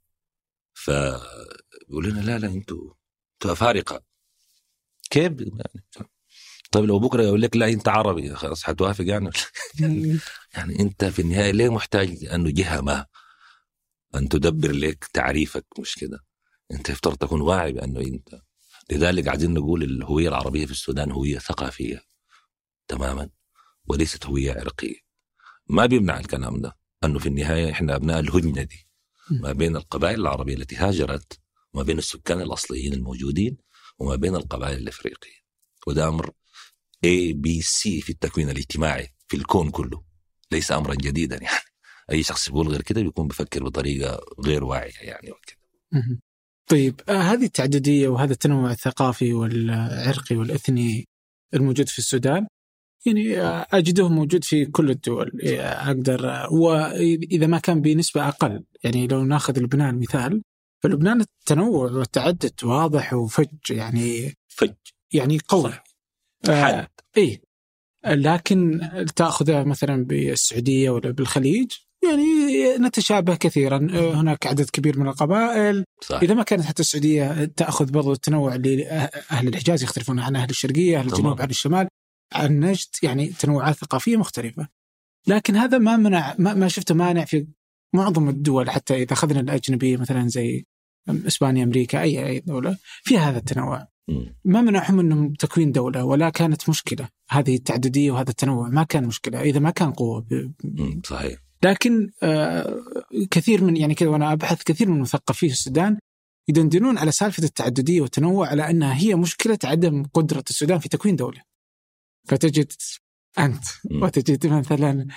فيقول لنا لا أنتوا أفارقة. كيف يعني؟ طيب لو بكرة يقول لك لا أنت عربي خلاص حتوافق يعني؟ يعني أنت في النهاية ليه محتاج أنه جهة ما أن تدبر لك تعريفك مش كده؟ أنت يفترض تكون واعي بأنه أنت. لذلك عايزين نقول الهوية العربية في السودان هوية ثقافية تماما وليست هوية عرقية. ما بيمنع الكلام ده أنه في النهاية إحنا أبناء الهجنة دي ما بين القبائل العربية التي هاجرت وما بين السكان الأصليين الموجودين وما بين القبائل الإفريقية. وده أمر ABC في التكوين الاجتماعي في الكون كله، ليس أمرا جديدا. يعني أي شخص يقول غير كده بيكون بيفكر بطريقة غير واعية يعني وكده. طيب هذه التعددية وهذا التنوع الثقافي والعرقي والإثني الموجود في السودان يعني أجده موجود في كل الدول، أقدر، وإذا ما كان بنسبة أقل. يعني لو ناخذ لبنان مثال، فلبنان التنوع والتعدد واضح وفج، يعني قوي حد. إيه. لكن تأخذها مثلا بالسعودية ولا بالخليج يعني نتشابه كثيرا، هناك عدد كبير من القبائل. صح. إذا ما كانت حتى السعودية تأخذ برضو التنوع اللي أهل الحجاز يختلفون عن أهل الشرقية، أهل الجنوب عن الشمال عن نجد، يعني تنوعات ثقافية مختلفة. لكن هذا ما منع، ما شفته مانع في معظم الدول. حتى إذا أخذنا الأجنبية مثلا زي إسبانيا، أمريكا، أي دولة فيها هذا التنوع، ما منعهم أنهم تكوين دولة، ولا كانت مشكلة. هذه التعددية وهذا التنوع ما كان مشكلة إذا ما كان قوة. صحيح. لكن كثير من، يعني كذا وأنا أبحث، كثير من المثقفين في السودان يدندنون على سالفة التعددية والتنوع على أنها هي مشكلة عدم قدرة السودان في تكوين دولة. فتجد أنت وتجد مثلا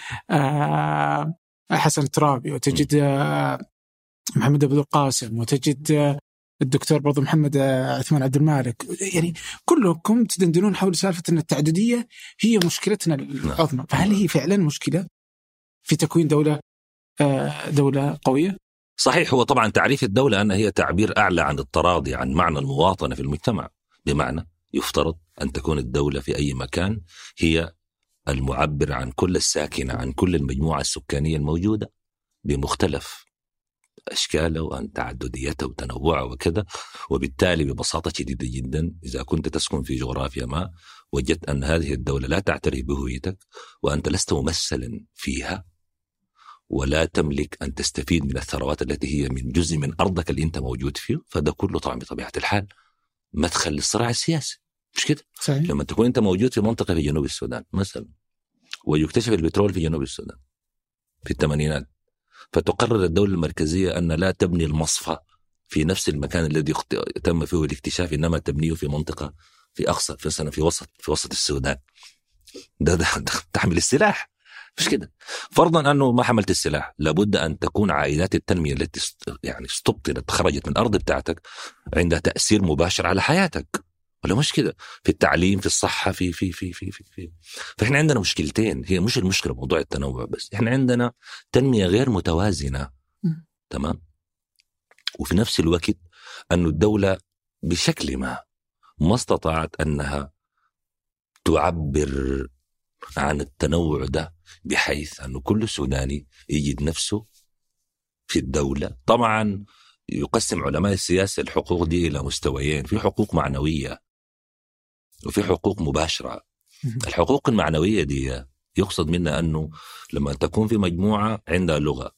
حسن ترابي، وتجد محمد عبد القاسم، وتجد الدكتور برضو محمد عثمان عبد المالك. يعني كلكم تدندنون حول سالفة أن التعددية هي مشكلتنا العظمى. فهل هي فعلا مشكلة في تكوين دولة قوية؟ صحيح. هو طبعا تعريف الدولة أنها هي تعبير أعلى عن التراضي عن معنى المواطنة في المجتمع. بمعنى يفترض أن تكون الدولة في أي مكان هي المعبر عن كل الساكنة، عن كل المجموعة السكانية الموجودة بمختلف أشكاله وأن تعدديته وتنوعه وكذا. وبالتالي ببساطة شديدة جدا إذا كنت تسكن في جغرافيا ما وجدت أن هذه الدولة لا تعترف بهويتك، وأنت لست ممثلا فيها، ولا تملك أن تستفيد من الثروات التي هي من جزء من أرضك اللي أنت موجود فيه، فده كله طبعا بطبيعة الحال مدخل للصراع السياسي. مش كده؟ صحيح. لما تكون أنت موجود في منطقة في جنوب السودان مثلا، ويكتشف البترول في جنوب السودان في الثمانينات، فتقرر الدولة المركزية أن لا تبني المصفى في نفس المكان الذي تم فيه الاكتشاف، إنما تبنيه في منطقة في أقصى في وسط السودان. ده تحمل السلاح. مش كده؟ فرضا أنه ما حملت السلاح، لابد أن تكون عائدات التنمية التي يعني استبطنت خرجت من الأرض بتاعتك عندها تأثير مباشر على حياتك، ولا مش كده؟ في التعليم، في الصحة، في فإحنا عندنا مشكلتين. هي مش المشكلة موضوع التنوع بس، إحنا عندنا تنمية غير متوازنة. تمام. وفي نفس الوقت أن الدولة بشكل ما استطاعت أنها تعبر عن التنوع ده بحيث أن كل سوداني يجد نفسه في الدولة. طبعا يقسم علماء السياسة الحقوق دي إلى مستويين، في حقوق معنوية وفي حقوق مباشرة. الحقوق المعنوية دي يقصد منها أنه لما تكون في مجموعة عندها لغة،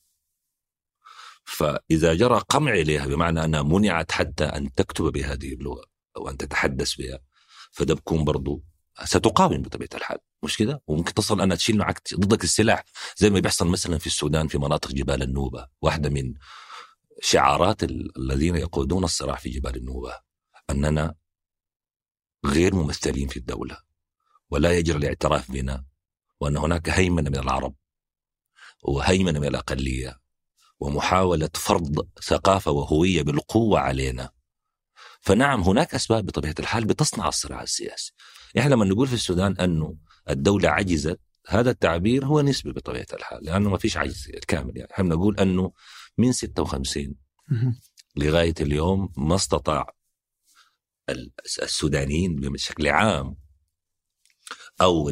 فإذا جرى قمع إليها بمعنى أنها منعت حتى أن تكتب بهذه اللغة أو أن تتحدث بها، فده بكون برضو ستقاوم بطبيعة الحال. مش كده؟ وممكن تصل أن تشيل معك ضدك السلاح زي ما بيحصل مثلا في السودان في مناطق جبال النوبة. واحدة من شعارات الذين يقودون الصراع في جبال النوبة أننا غير ممثلين في الدولة ولا يجري الاعتراف بنا، وأن هناك هيمنة من العرب وهيمنة من الأقلية ومحاولة فرض ثقافة وهوية بالقوة علينا. فنعم هناك أسباب بطبيعة الحال بتصنع الصراع السياسي. إحنا لما نقول في السودان أنه الدولة عجزت، هذا التعبير هو نسبي بطبيعة الحال، لأنه ما فيش عجز كامل. يعني إحنا نقول أنه من 56 لغاية اليوم ما استطاع السودانيين بشكل عام أو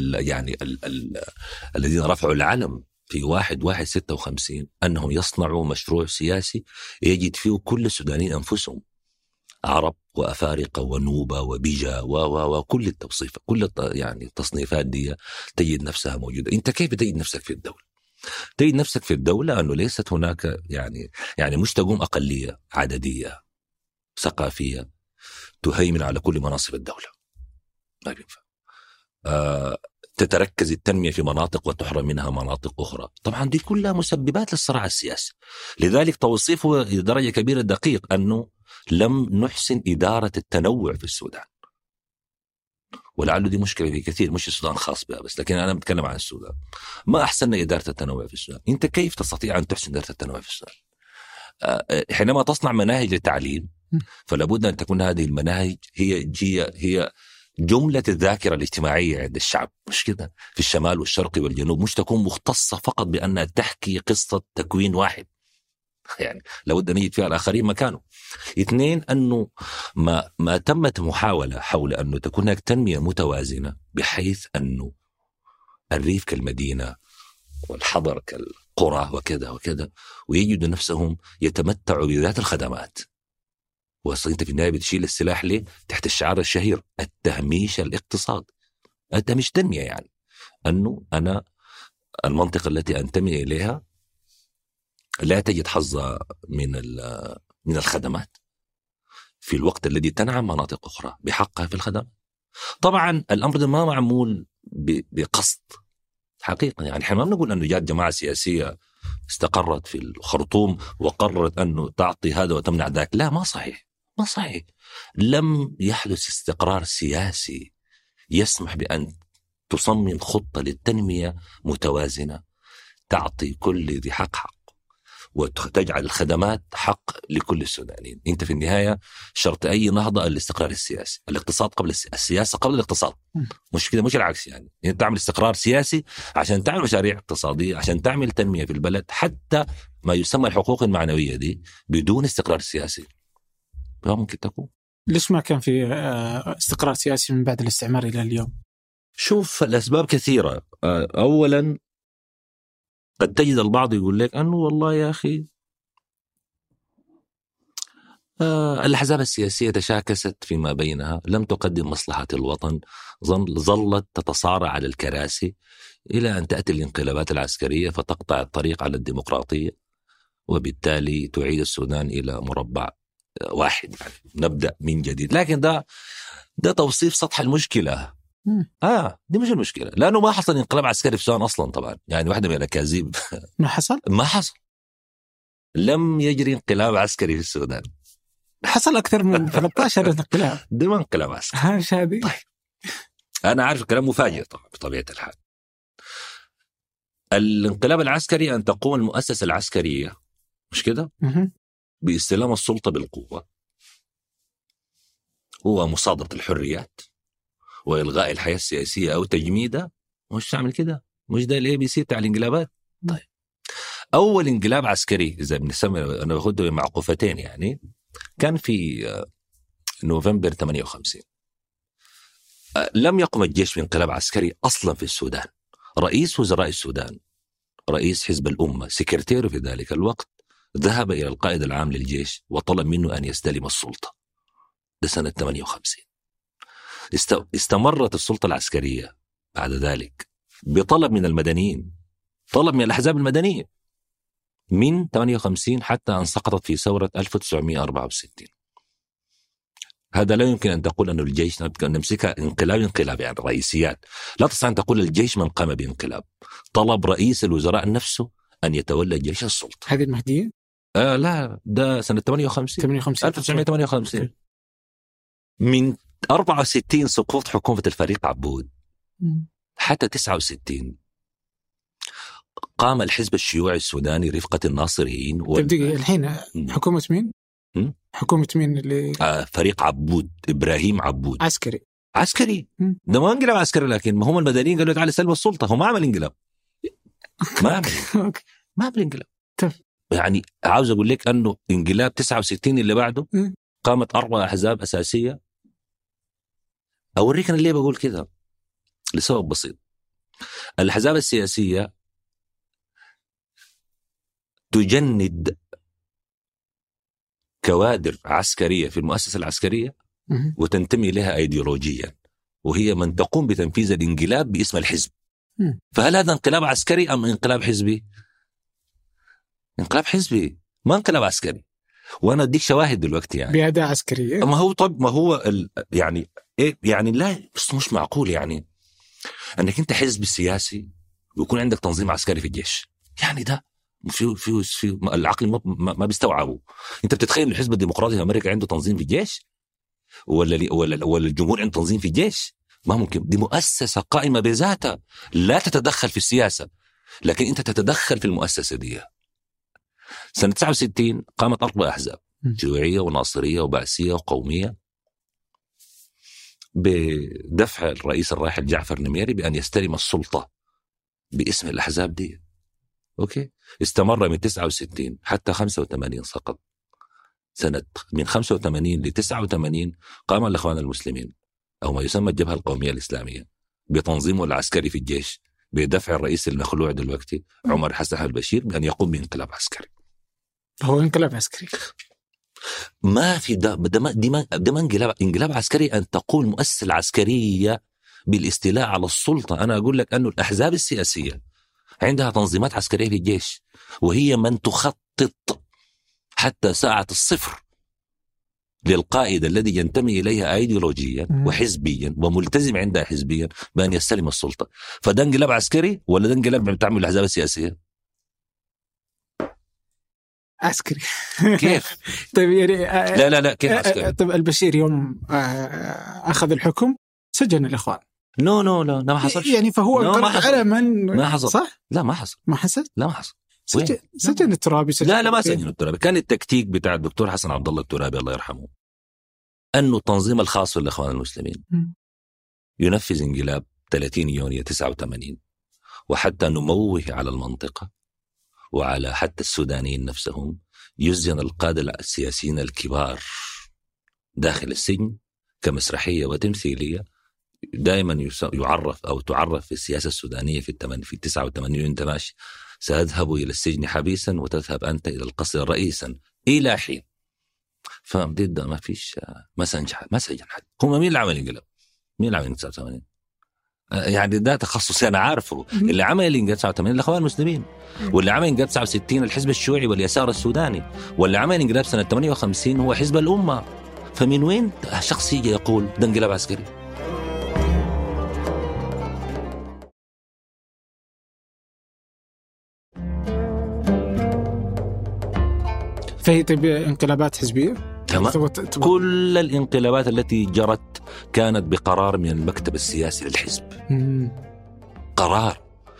الذين رفعوا العلم في 1/1/56 أنهم يصنعوا مشروع سياسي يجد فيه كل السودانيين أنفسهم، عرب وأفارقة ونوبة وبيجا وكل التوصيفات، كل يعني التصنيفات دي تجد نفسها موجودة. أنت كيف تجد نفسك في الدولة؟ تجد نفسك في الدولة أنه ليست هناك يعني مش تقوم أقلية عددية ثقافية تهيمن على كل مناصب الدولة، ما بينفع. تتركز التنمية في مناطق وتحرم منها مناطق أخرى. طبعا دي كلها مسببات للصراع السياسي. لذلك توصيفه لدرجة كبيرة دقيق أنه لم نحسن إدارة التنوع في السودان، ولعله دي مشكلة في كثير، مش السودان خاص بها بس، لكن أنا بتكلم عن السودان. ما أحسننا إدارة التنوع في السودان. أنت كيف تستطيع أن تحسن إدارة التنوع في السودان؟ حينما تصنع مناهج للتعليم فلا بد أن تكون هذه المناهج هي جملة الذاكرة الاجتماعية عند الشعب، مش كده، في الشمال والشرق والجنوب، مش تكون مختصة فقط بأنها تحكي قصة تكوين واحد، يعني لابد أن يجد فيها الآخرين مكانه. 2 أنه ما تمت محاولة حول أنه تكون هناك تنمية متوازنة بحيث أنه الريف كالمدينة والحضر كالقرى وكذا وكذا، ويجدوا نفسهم يتمتعوا بذات الخدمات. وأصلا أنت في النهاية بتشيل السلاح ليه؟ تحت الشعار الشهير التهميش الاقتصاد. التهميش تنمية، يعني أنه أنا المنطقة التي أنتمي إليها لا تجد حظها من الخدمات في الوقت الذي تنعم مناطق أخرى بحقها في الخدمات. طبعا الأمر ده ما معمول بقصد حقيقة، يعني احنا ما بنقول أنه جاءت جماعة سياسية استقرت في الخرطوم وقررت أنه تعطي هذا وتمنع ذاك، لا، ما صحيح، ما صحيح. لم يحدث استقرار سياسي يسمح بأن تصمم خطة للتنمية متوازنة تعطي كل ذي حق حق وتجعل الخدمات حق لكل السودانيين. انت في النهاية شرط اي نهضة الاستقرار السياسي، الاقتصاد قبل السياسة قبل الاقتصاد، مش كده، مش العكس. يعني انت تعمل استقرار سياسي عشان تعمل مشاريع اقتصادية، عشان تعمل تنمية في البلد، حتى ما يسمى الحقوق المعنوية دي بدون استقرار سياسي لا ممكن تكون. ليش ما كان في استقرار سياسي من بعد الاستعمار إلى اليوم؟ شوف، الأسباب كثيرة. أولا قد تجد البعض يقول لك أنه والله يا أخي الأحزاب السياسية تشاكست فيما بينها، لم تقدم مصلحة الوطن، ظلت تتصارع على الكراسي إلى أن تأتي الانقلابات العسكرية فتقطع الطريق على الديمقراطية، وبالتالي تعيد السودان إلى مربع واحد، يعني نبدأ من جديد. لكن ده توصيف سطح المشكلة. دي مش المشكلة، لأنه ما حصل انقلاب عسكري في السودان أصلا. طبعا يعني واحدة من الأكاذيب. ما حصل. لم يجري انقلاب عسكري في السودان. حصل أكثر من 13 انقلاب. ده ما انقلاب عسكري. هذه طيب. أنا عارف الكلام مفاجئ طبعا بطبيعة الحال. الانقلاب العسكري أن تقوم المؤسسة العسكرية، مش كده، باستلام السلطة بالقوة ومصادرة الحريات وإلغاء الحياة السياسية أو تجميدها. مش تعمل كده، مش ده الABC بتاع الانقلابات. طيب، أول انقلاب عسكري إذا بنسمي، أنا باخده معقوفتين، يعني كان في نوفمبر 58. لم يقم الجيش بانقلاب عسكري أصلا في السودان. رئيس وزراء السودان، رئيس حزب الأمة، سكرتيره في ذلك الوقت، ذهب إلى القائد العام للجيش وطلب منه أن يستلم السلطة. ده سنة 58. استمرت السلطة العسكرية بعد ذلك بطلب من المدنيين، طلب من الأحزاب المدنية من 58 حتى أن سقطت في ثورة 1964. هذا لا يمكن أن تقول أن الجيش نمسكها انقلاب، يعني رئيسيات. لا تستطيع أن تقول الجيش من قام بانقلاب. طلب رئيس الوزراء نفسه أن يتولى جيش السلطة. هذه المهدية؟ لا، ده سنة 58. 1958. من 64 سقوط حكومة الفريق عبود حتى 69 قام الحزب الشيوعي السوداني رفقة الناصريين. الحين حكومة مين؟ حكومة مين اللي فريق عبود، إبراهيم عبود. عسكري. ده ما انقلاب عسكري، لكن ما هم المدنيين قالوا تعالى سلم السلطة. هو ما عمل انقلاب. ما عمل انقلاب. يعني عاوز أقول لك أنه انقلاب 69 اللي بعده قامت 4 أحزاب أساسية. أوريك أنا ليه بقول كده، لسبب بسيط. الأحزاب السياسية تجند كوادر عسكرية في المؤسسة العسكرية وتنتمي لها أيديولوجيا، وهي من تقوم بتنفيذ الانقلاب باسم الحزب. فهل هذا انقلاب عسكري أم انقلاب حزبي؟ انقلاب حزبي، ما انقلاب عسكري. وأنا أديك شواهد دلوقتي، يعني بأداة عسكرية. ما هو طب ما هو يعني إيه، يعني لا، بس مش معقول يعني أنك أنت حزب سياسي ويكون عندك تنظيم عسكري في الجيش. يعني ده في العقل ما بيستوعبه. أنت بتتخيل الحزب الديمقراطي في أمريكا عنده تنظيم في الجيش ولا الجمهور عنده تنظيم في الجيش؟ ما ممكن. دي مؤسسة قائمة بذاتها لا تتدخل في السياسة، لكن أنت تتدخل في المؤسسة دي. سنة 69 قامت 4 أحزاب، شيوعية وناصرية وبعثية وقومية، بدفع الرئيس الراحل جعفر نميري بأن يستلم السلطة باسم الأحزاب دي. أوكي، استمر من 69 حتى 85 سقط. من 85 ل 89 قام الإخوان المسلمين أو ما يسمى الجبهة القومية الإسلامية بتنظيمه العسكري في الجيش بدفع الرئيس المخلوع دلوقتي عمر حسن البشير بأن يقوم بانقلاب عسكري. هو انقلاب عسكري، ما في ده انقلاب عسكري أن تقول مؤسسة العسكرية بالاستيلاء على السلطة. أنا أقول لك أنه الأحزاب السياسية عندها تنظيمات عسكرية في الجيش، وهي من تخطط حتى ساعة الصفر للقائد الذي ينتمي إليها أيديولوجيا وحزبيا وملتزم عندها حزبيا بأن يستلم السلطة. فده انقلاب عسكري ولا ده انقلاب بتعمل الأحزاب السياسية؟ عسكري. كيف؟ طيب يعني لا كيف عسكري؟ طيب البشير يوم أخذ الحكم سجن الإخوان. لا ما حصل يعني فهو على من ما حصل. صح؟ لا ما حصل. لا ما حصل. سجن الترابي. لا ما سجن الترابي. كان التكتيك بتاع الدكتور حسن عبد الله الترابي الله يرحمه أنه التنظيم الخاص للإخوان المسلمين ينفذ انقلاب 30 يونيو 89، وحتى نموه على المنطقة وعلى حتى السودانيين نفسهم يزين القادة السياسيين الكبار داخل السجن كمسرحية وتمثيلية. دائما يعرف أو تعرف في السياسة السودانية في 89 أنت ماشي سأذهب إلى السجن حبيسا وتذهب أنت إلى القصر رئيسا إلى حين. فمدد ما فيش ما سجن حد. هم مين اللي عمل انقلاب؟ مين اللي عمل 89؟ يعني ده تخصصي أنا عارفه. اللي عمل انقلاب 89 الإخوان المسلمين، واللي عمل انقلاب 69 الحزب الشيوعي واليسار السوداني، واللي عمل انقلاب سنة 58 هو حزب الأمة. فمن وين شخص يجي يقول ده انقلاب عسكري؟ فهي انقلابات حزبية؟ كل الانقلابات التي جرت كانت بقرار من المكتب السياسي للحزب. قرار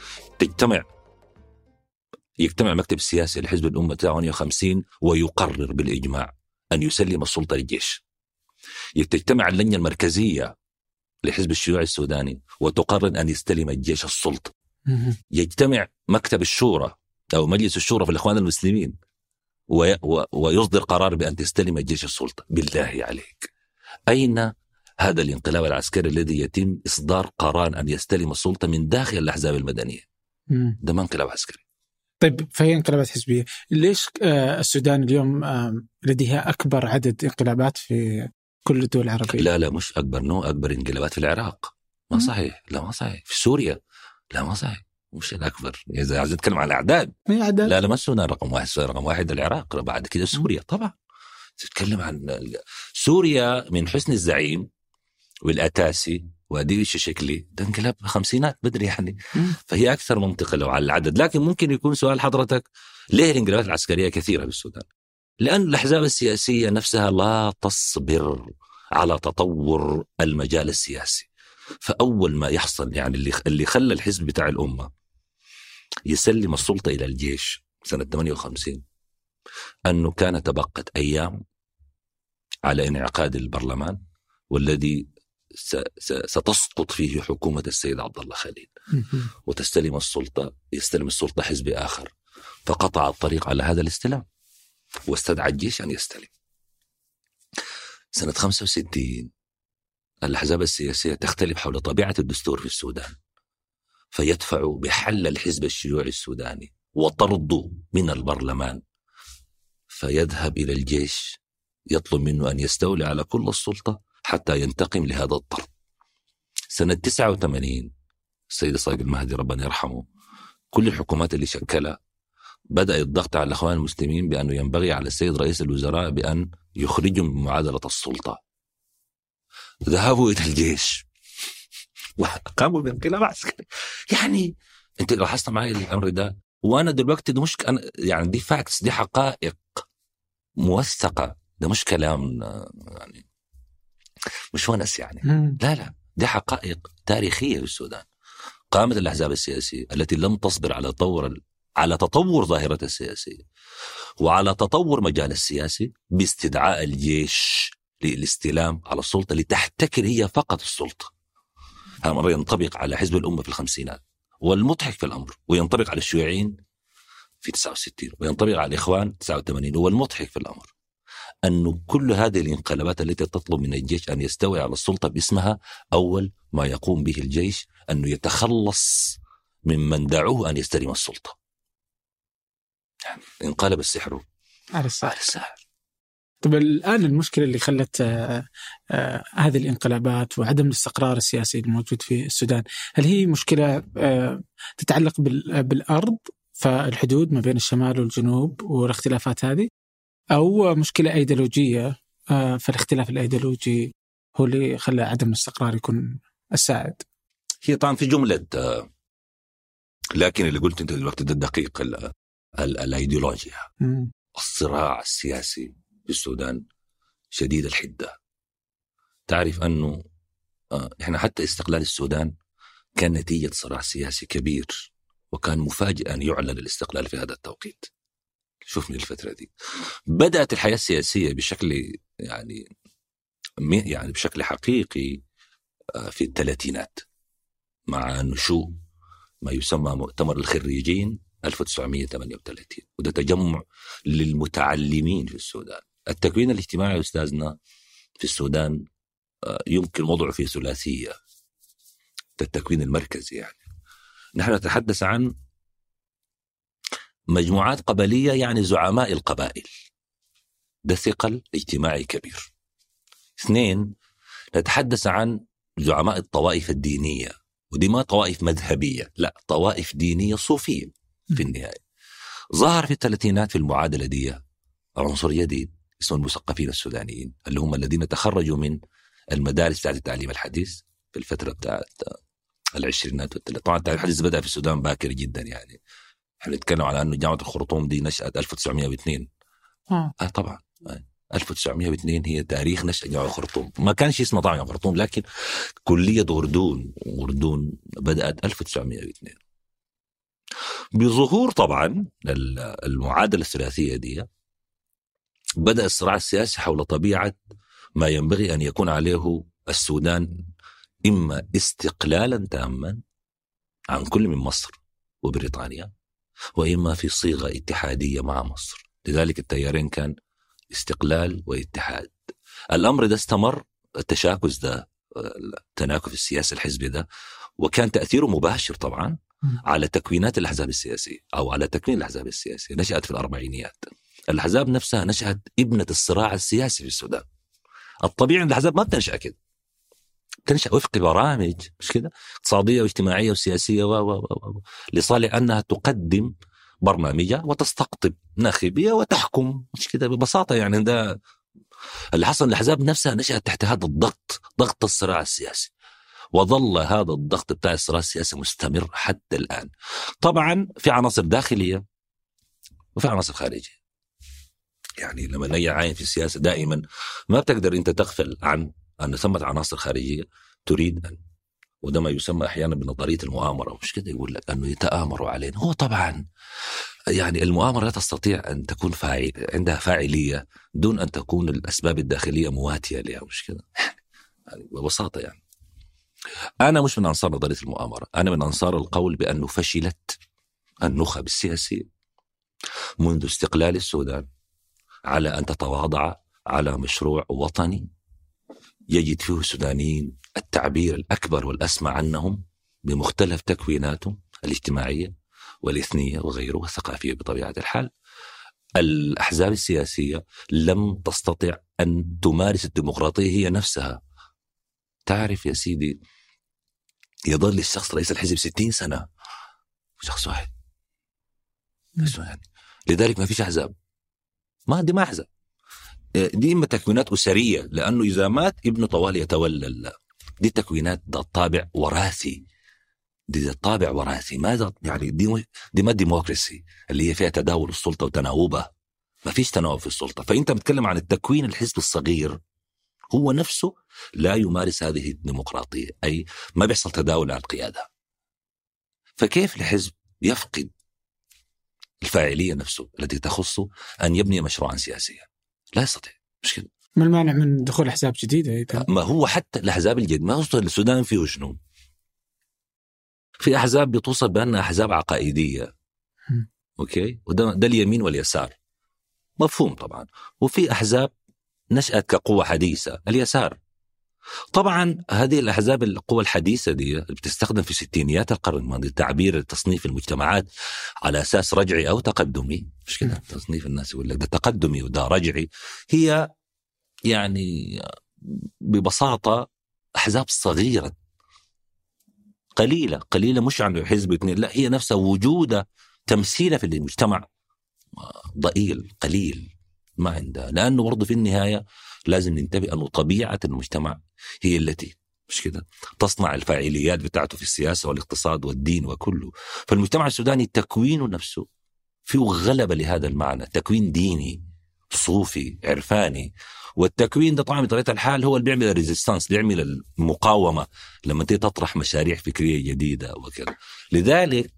يجتمع المكتب السياسي لحزب الأمة 58 ويقرر بالإجماع أن يسلم السلطة للجيش. تجتمع اللجنة المركزية لحزب الشيوعي السوداني وتقرر أن يستلم الجيش السلطة. يجتمع مكتب الشورى أو مجلس الشورى في الإخوان المسلمين ويصدر قرار بأن تستلم الجيش السلطة. بالله عليك، أين هذا الانقلاب العسكري الذي يتم إصدار قرار أن يستلم السلطة من داخل الأحزاب المدنية؟ ده ما انقلاب عسكري. طيب فهي انقلابات حزبية. ليش السودان اليوم لديها أكبر عدد انقلابات في كل الدول العربية؟ لا مش أكبر، أكبر انقلابات في العراق. ما صحيح. لا ما صحيح. في سوريا لا ما صحيح، مش الأكبر. إذا عايز نتكلم عن الأعداد لا ما السودان رقم واحد العراق، بعد كده سوريا. طبعا تتكلم عن سوريا من حسن الزعيم والأتاسي وأديب الشكلي ده انقلاب خمسينات بدري يعني. فهي أكثر منطقة لو على العدد. لكن ممكن يكون سؤال حضرتك ليه الانقلابات العسكرية كثيرة بالسودان؟ لأن الأحزاب السياسية نفسها لا تصبر على تطور المجال السياسي. فأول ما يحصل يعني اللي خلى الحزب بتاع الأمة يسلم السلطة إلى الجيش سنة 58 أنه كان تبقت أيام على انعقاد البرلمان والذي ستسقط فيه حكومة السيد عبد الله خليل وتستلم السلطة. يستلم السلطة حزب آخر، فقطع الطريق على هذا الاستلام واستدعى الجيش أن يستلم. سنة 65 الأحزاب السياسية تختلف حول طبيعة الدستور في السودان، فيدفع بحل الحزب الشيوعي السوداني وطرده من البرلمان، فيذهب إلى الجيش يطلب منه أن يستولي على كل السلطة حتى ينتقم لهذا الطرد. سنة 89 السيد صادق المهدي ربنا يرحمه كل الحكومات اللي شكلها بدأ الضغط على الأخوان المسلمين بأنه ينبغي على السيد رئيس الوزراء بأن يخرجهم من معادلة السلطة. ذهبوا إلى الجيش وقاموا بانقلاب عسكري. يعني أنت لاحظت معي الأمر ده، وأنا دلوقتي ده مش يعني دي فاكتس، دي حقائق موثقة، ده مش كلام يعني مش ونس يعني. لا دي حقائق تاريخية في السودان. قامت الأحزاب السياسية التي لم تصبر على تطور ظاهرة السياسية وعلى تطور مجال السياسي باستدعاء الجيش للاستلام على السلطة لتحتكر هي فقط السلطة. هذا مرة ينطبق على حزب الأمة في الخمسينات، والمضحك في الأمر وينطبق على الشيوعيين في 69 وينطبق على الإخوان 89. والمضحك في الأمر أنه كل هذه الانقلابات التي تطلب من الجيش أن يستوي على السلطة باسمها، أول ما يقوم به الجيش أنه يتخلص ممن دعوه أن يستلم السلطة. يعني انقلب السحر على السحر. طب الآن المشكلة اللي خلت هذه الانقلابات وعدم الاستقرار السياسي الموجود في السودان، هل هي مشكلة تتعلق بالأرض، فالحدود ما بين الشمال والجنوب والاختلافات هذه، أو مشكلة أيديولوجية فالاختلاف الأيديولوجي هو اللي خلى عدم الاستقرار يكون السائد؟ هي طبعا في جملة، لكن اللي قلت أنت دلوقتي ده الدقيق، الأيديولوجيا. الصراع السياسي في السودان شديد الحدة. تعرف أنه إحنا حتى استقلال السودان كان نتيجة صراع سياسي كبير، وكان مفاجئ أن يعلن الاستقلال في هذا التوقيت. شوف من الفترة دي بدأت الحياة السياسية بشكل يعني بشكل حقيقي في الثلاثينات مع نشوء ما يسمى مؤتمر الخريجين 1938، وده تجمع للمتعلمين في السودان. التكوين الاجتماعي أستاذنا في السودان يمكن وضعه في ثلاثية، التكوين المركزي. يعني نحن نتحدث عن مجموعات قبلية، يعني زعماء القبائل، ده ثقل اجتماعي كبير. 2 نتحدث عن زعماء الطوائف الدينية، ودي ما طوائف مذهبية، لا، طوائف دينية صوفية في النهاية. ظهر في الثلاثينات في المعادلة دي عنصر جديد اسمه المثقفين السودانيين، اللي هم الذين تخرجوا من المدارس بتاعت التعليم الحديث في الفترة بتاعت العشرينات والثلاثينات. طبعا التعليم الحديث بدأ في السودان باكر جدا، يعني احنا نتكلم على أنه جامعة الخرطوم دي نشأت 1902. طبعا 1902 هي تاريخ نشأة جامعة الخرطوم. ما كانش اسمها طبعا جامعة الخرطوم، لكن كلية غردون بدأت 1902 بظهور طبعا المعادلة الثلاثية دي. بدأ الصراع السياسي حول طبيعة ما ينبغي أن يكون عليه السودان، إما استقلالا تاما عن كل من مصر وبريطانيا، وإما في صيغة اتحادية مع مصر. لذلك التيارين كان استقلال واتحاد. الأمر ده استمر، التشاكس ده، التناكف السياسي الحزبي ده، وكان تأثيره مباشر طبعا على تكوينات الأحزاب السياسية أو على تكوين الأحزاب السياسية. نشأت في الأربعينيات. الأحزاب نفسها نشأت ابنة الصراع السياسي في السودان. الطبيعي أن الأحزاب ما بتنشأ كده، تنشأ وفق برامج مش كده اقتصادية واجتماعية وسياسية لصالح أنها تقدم برنامجها وتستقطب ناخبية وتحكم، مش كده ببساطة. يعني ده اللي حصل. الأحزاب نفسها نشأت تحت هذا ضغط الصراع السياسي، وظل هذا الضغط بتاع الصراع السياسي مستمر حتى الآن. طبعا في عناصر داخلية وفي عناصر خارجية. يعني لما نيجي عاين في السياسة دائما ما بتقدر أنت تغفل عن أن ثمة عناصر خارجية تريد أن، وده ما يسمى أحيانا بنظرية المؤامرة، مش كده، يقول لك أنه يتآمروا علينا. هو طبعا يعني المؤامرة لا تستطيع أن تكون عندها فاعلية دون أن تكون الأسباب الداخلية مواتية لها، مش كده يعني ببساطة. يعني أنا مش من أنصار نظرية المؤامرة، أنا من أنصار القول بأنه فشلت النخب السياسية منذ استقلال السودان على أن تتواضع على مشروع وطني يجد فيه السودانيين التعبير الأكبر والأسمى عنهم بمختلف تكويناتهم الاجتماعية والإثنية وغيره والثقافية. بطبيعة الحال الأحزاب السياسية لم تستطع أن تمارس الديمقراطية هي نفسها. تعرف يا سيدي، يظل الشخص رئيس الحزب 60 سنة شخص واحد يعني. لذلك ما فيش أحزاب، دي ما أحزاب، دي إما تكوينات أسرية، لأنه إذا مات ابنه طوال يتولى. دي تكوينات ده طابع وراثي، دي طابع وراثي. ماذا يعني؟ دي ما ديمقراطية اللي هي فيها تداول السلطة وتناوبها. ما فيش تناوب في السلطة. فأنت بتتكلم عن التكوين الحزب الصغير هو نفسه لا يمارس هذه الديمقراطية، أي ما بيحصل تداول على القيادة. فكيف الحزب يفقد الفاعلية نفسه التي تخصه أن يبني مشروعا سياسيا؟ لا يستطيع، مش كده. ما المانع من دخول أحزاب جديدة إذا؟ ما هو حتى الأحزاب الجديدة ما وصل السودان فيه شنو؟ في أحزاب بتوصل بأنها أحزاب عقائدية. أوكي، وده اليمين واليسار مفهوم طبعا. وفي أحزاب نشأت كقوة حديثة اليسار. طبعا هذه الأحزاب القوى الحديثة دي اللي بتستخدم في ستينيات القرن الماضي تعبير تصنيف المجتمعات على أساس رجعي أو تقدمي، مش كده تصنيف الناس يقول لك ده تقدمي وده رجعي، هي يعني ببساطة أحزاب صغيرة قليلة مش عنده حزب اثنين، لا هي نفسها وجودها تمثيلها في المجتمع ضئيل قليل ما عندها. لأنه برضه في النهاية لازم ننتبه أنه طبيعة المجتمع هي التي مش كده تصنع الفاعليات بتاعته في السياسة والاقتصاد والدين وكله. فالمجتمع السوداني تكوينه نفسه فيه غلبة لهذا المعنى، تكوين ديني صوفي عرفاني. والتكوين ده طبعا بطريقة الحال هو اللي بيعمل الريزيستانس، بيعمل المقاومة لما تطرح مشاريع فكرية جديدة وكذا. لذلك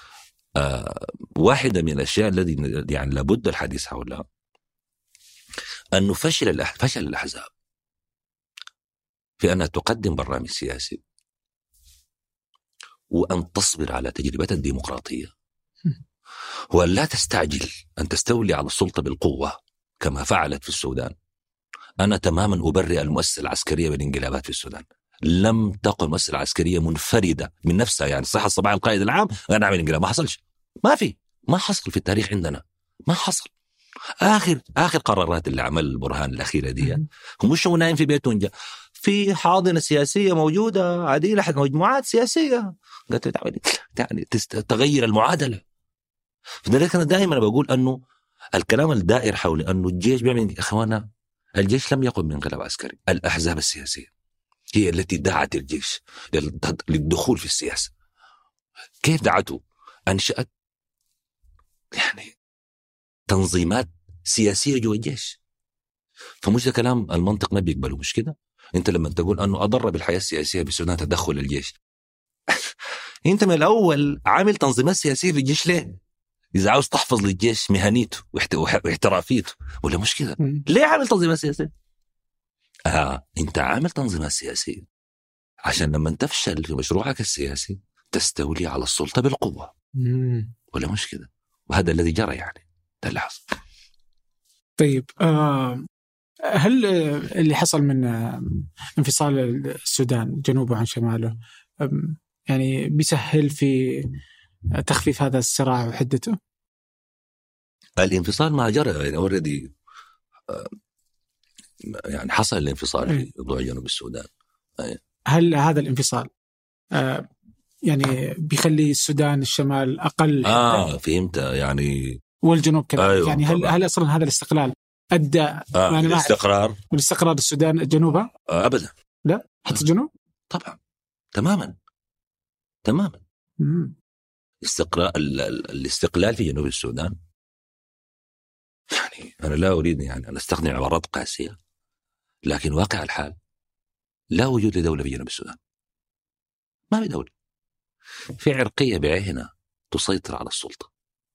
واحدة من الأشياء التي يعني لابد الحديث حولها أنه فشل الأحزاب في أنها تقدم برنامج سياسي وأن تصبر على تجربة الديمقراطية، وأن لا تستعجل أن تستولي على السلطة بالقوة كما فعلت في السودان. أنا تماما أبرئ المؤسسة العسكرية بالانقلابات في السودان. لم تقم المؤسسة العسكرية منفردة من نفسها، يعني صحة صباح القائد العام أنا أعمل انقلاب، ما حصلش، ما حصل في التاريخ عندنا، ما حصل. آخر قرارات اللي عمل البرهان الأخيرة دي هو مش هو نايم في بيته ونجا في حاضنة سياسية موجودة عديلة حد مجموعات سياسية قالت يعني تغير المعادلة. فلذلك أنا دائما بقول أنه الكلام الدائر حول أنه الجيش بيعمل، إخوانا الجيش لم يقم من انقلاب عسكري، الأحزاب السياسية هي التي دعت الجيش للدخول في السياسة. كيف دعته؟ أنشأت يعني تنظيمات سياسية جوا الجيش. فمش ده كلام المنطق ما بيقبله، مش كده؟ انت لما تقول انه اضر بالحياة السياسية بالسودان تدخل الجيش انت من الاول عامل تنظيمات سياسية في الجيش ليه؟ اذا عاوز تحفظ للجيش مهنيته واحترافيته، ولا مش كده؟ ليه عامل تنظيمات سياسية؟ انت عامل تنظيمات سياسية عشان لما تفشل في مشروعك السياسي تستولي على السلطة بالقوة، ولا مش كده؟ وهذا الذي جرى، يعني ده اللي حصل. طيب هل اللي حصل من انفصال السودان جنوبه عن شماله يعني بيسهل في تخفيف هذا الصراع وحدته؟ الانفصال ما جرى، يعني أوردي يعني حصل الانفصال في موضوع جنوب السودان. هل هذا الانفصال يعني بيخلي السودان الشمال أقل فهمت يعني، والجنوب كذا؟ أيوة يعني هل أصلا هذا الاستقلال أدى الاستقرار والاستقرار السودان جنوبها؟ أبدا لا، حتى الجنوب طبعا تماما. الاستقلال في جنوب السودان، يعني أنا لا أريد يعني أن أستخدم عبارات قاسية، لكن واقع الحال لا وجود لدولة في جنوب السودان، ما في دولة، في عرقية بعينها تسيطر على السلطة،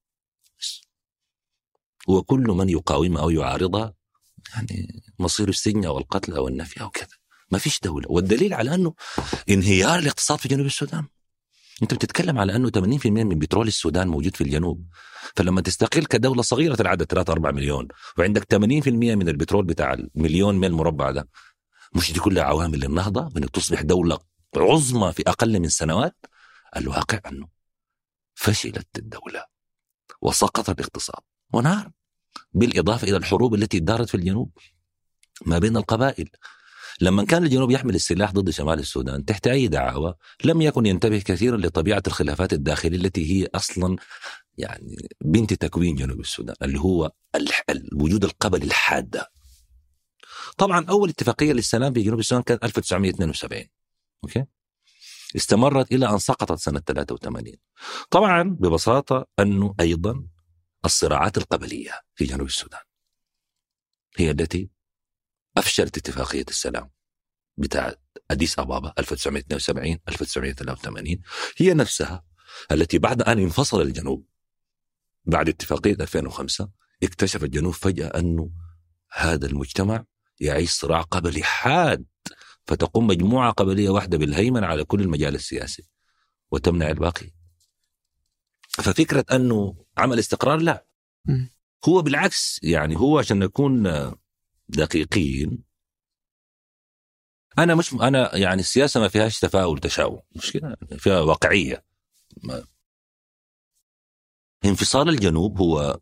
وكل من يقاومها أو يعارضها يعني مصير السجن أو القتل أو النفي أو كذا. ما فيش دولة. والدليل على أنه انهيار الاقتصاد في جنوب السودان، أنت بتتكلم على أنه 80% من بترول السودان موجود في الجنوب. فلما تستقل كدولة صغيرة العدد 3-4 مليون وعندك 80% من البترول بتاع المليون ميل مربع ده، مش دي كلها عوامل للنهضة وأنك تصبح دولة عظمى في أقل من سنوات؟ الواقع أنه فشلت الدولة وسقط الاقتصاد ونهار، بالإضافة إلى الحروب التي دارت في الجنوب ما بين القبائل. لما كان الجنوب يحمل السلاح ضد شمال السودان تحت أي دعاوى، لم يكن ينتبه كثيرا لطبيعة الخلافات الداخلية التي هي أصلا يعني بنت تكوين جنوب السودان، اللي هو وجود القبل الحادة. طبعا أول اتفاقية للسلام في جنوب السودان كانت 1972 أوكي؟ استمرت إلى أن سقطت سنة 83. طبعا ببساطة أنه أيضا الصراعات القبلية في جنوب السودان هي التي أفشلت اتفاقية السلام بتاعت أديس أبابا 1972-1983، هي نفسها التي بعد أن انفصل الجنوب بعد اتفاقية 2005 اكتشف الجنوب فجأة أنه هذا المجتمع يعيش صراع قبلي حاد، فتقوم مجموعة قبلية واحدة بالهيمنة على كل المجال السياسي وتمنع الباقي. ففكرة أنه عمل استقرار لا، هو بالعكس، يعني هو عشان نكون دقيقين، أنا يعني السياسة ما فيهاش تفاؤل تشاؤم، مش كده، فيها واقعية. انفصال الجنوب هو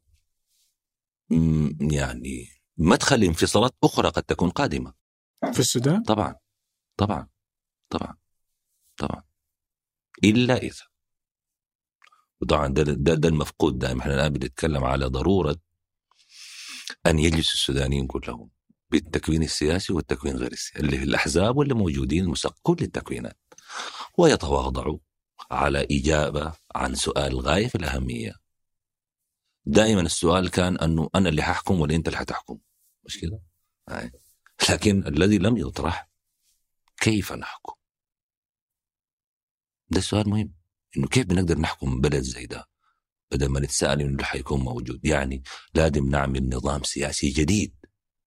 يعني مدخل انفصالات أخرى قد تكون قادمة في السودان. طبعا طبعا طبعا طبعا، إلا إذا، وطبعا ده المفقود دائما. احنا الآن بنتكلم على ضرورة أن يجلس السودانيين كلهم بالتكوين السياسي والتكوين غير السياسي، اللي في الأحزاب واللي موجودين كل التكوينات، ويتواضعوا على إجابة عن سؤال غاية في الأهمية. دائما السؤال كان أنه أنا اللي ححكم ولا أنت اللي حتحكم، مش كده؟ لكن الذي لم يطرح كيف نحكم. ده السؤال مهم، إنه كيف بنقدر نحكم بلد زي ده بدل ما نتساءل إنه اللي حيكون موجود. يعني لازم نعمل نظام سياسي جديد،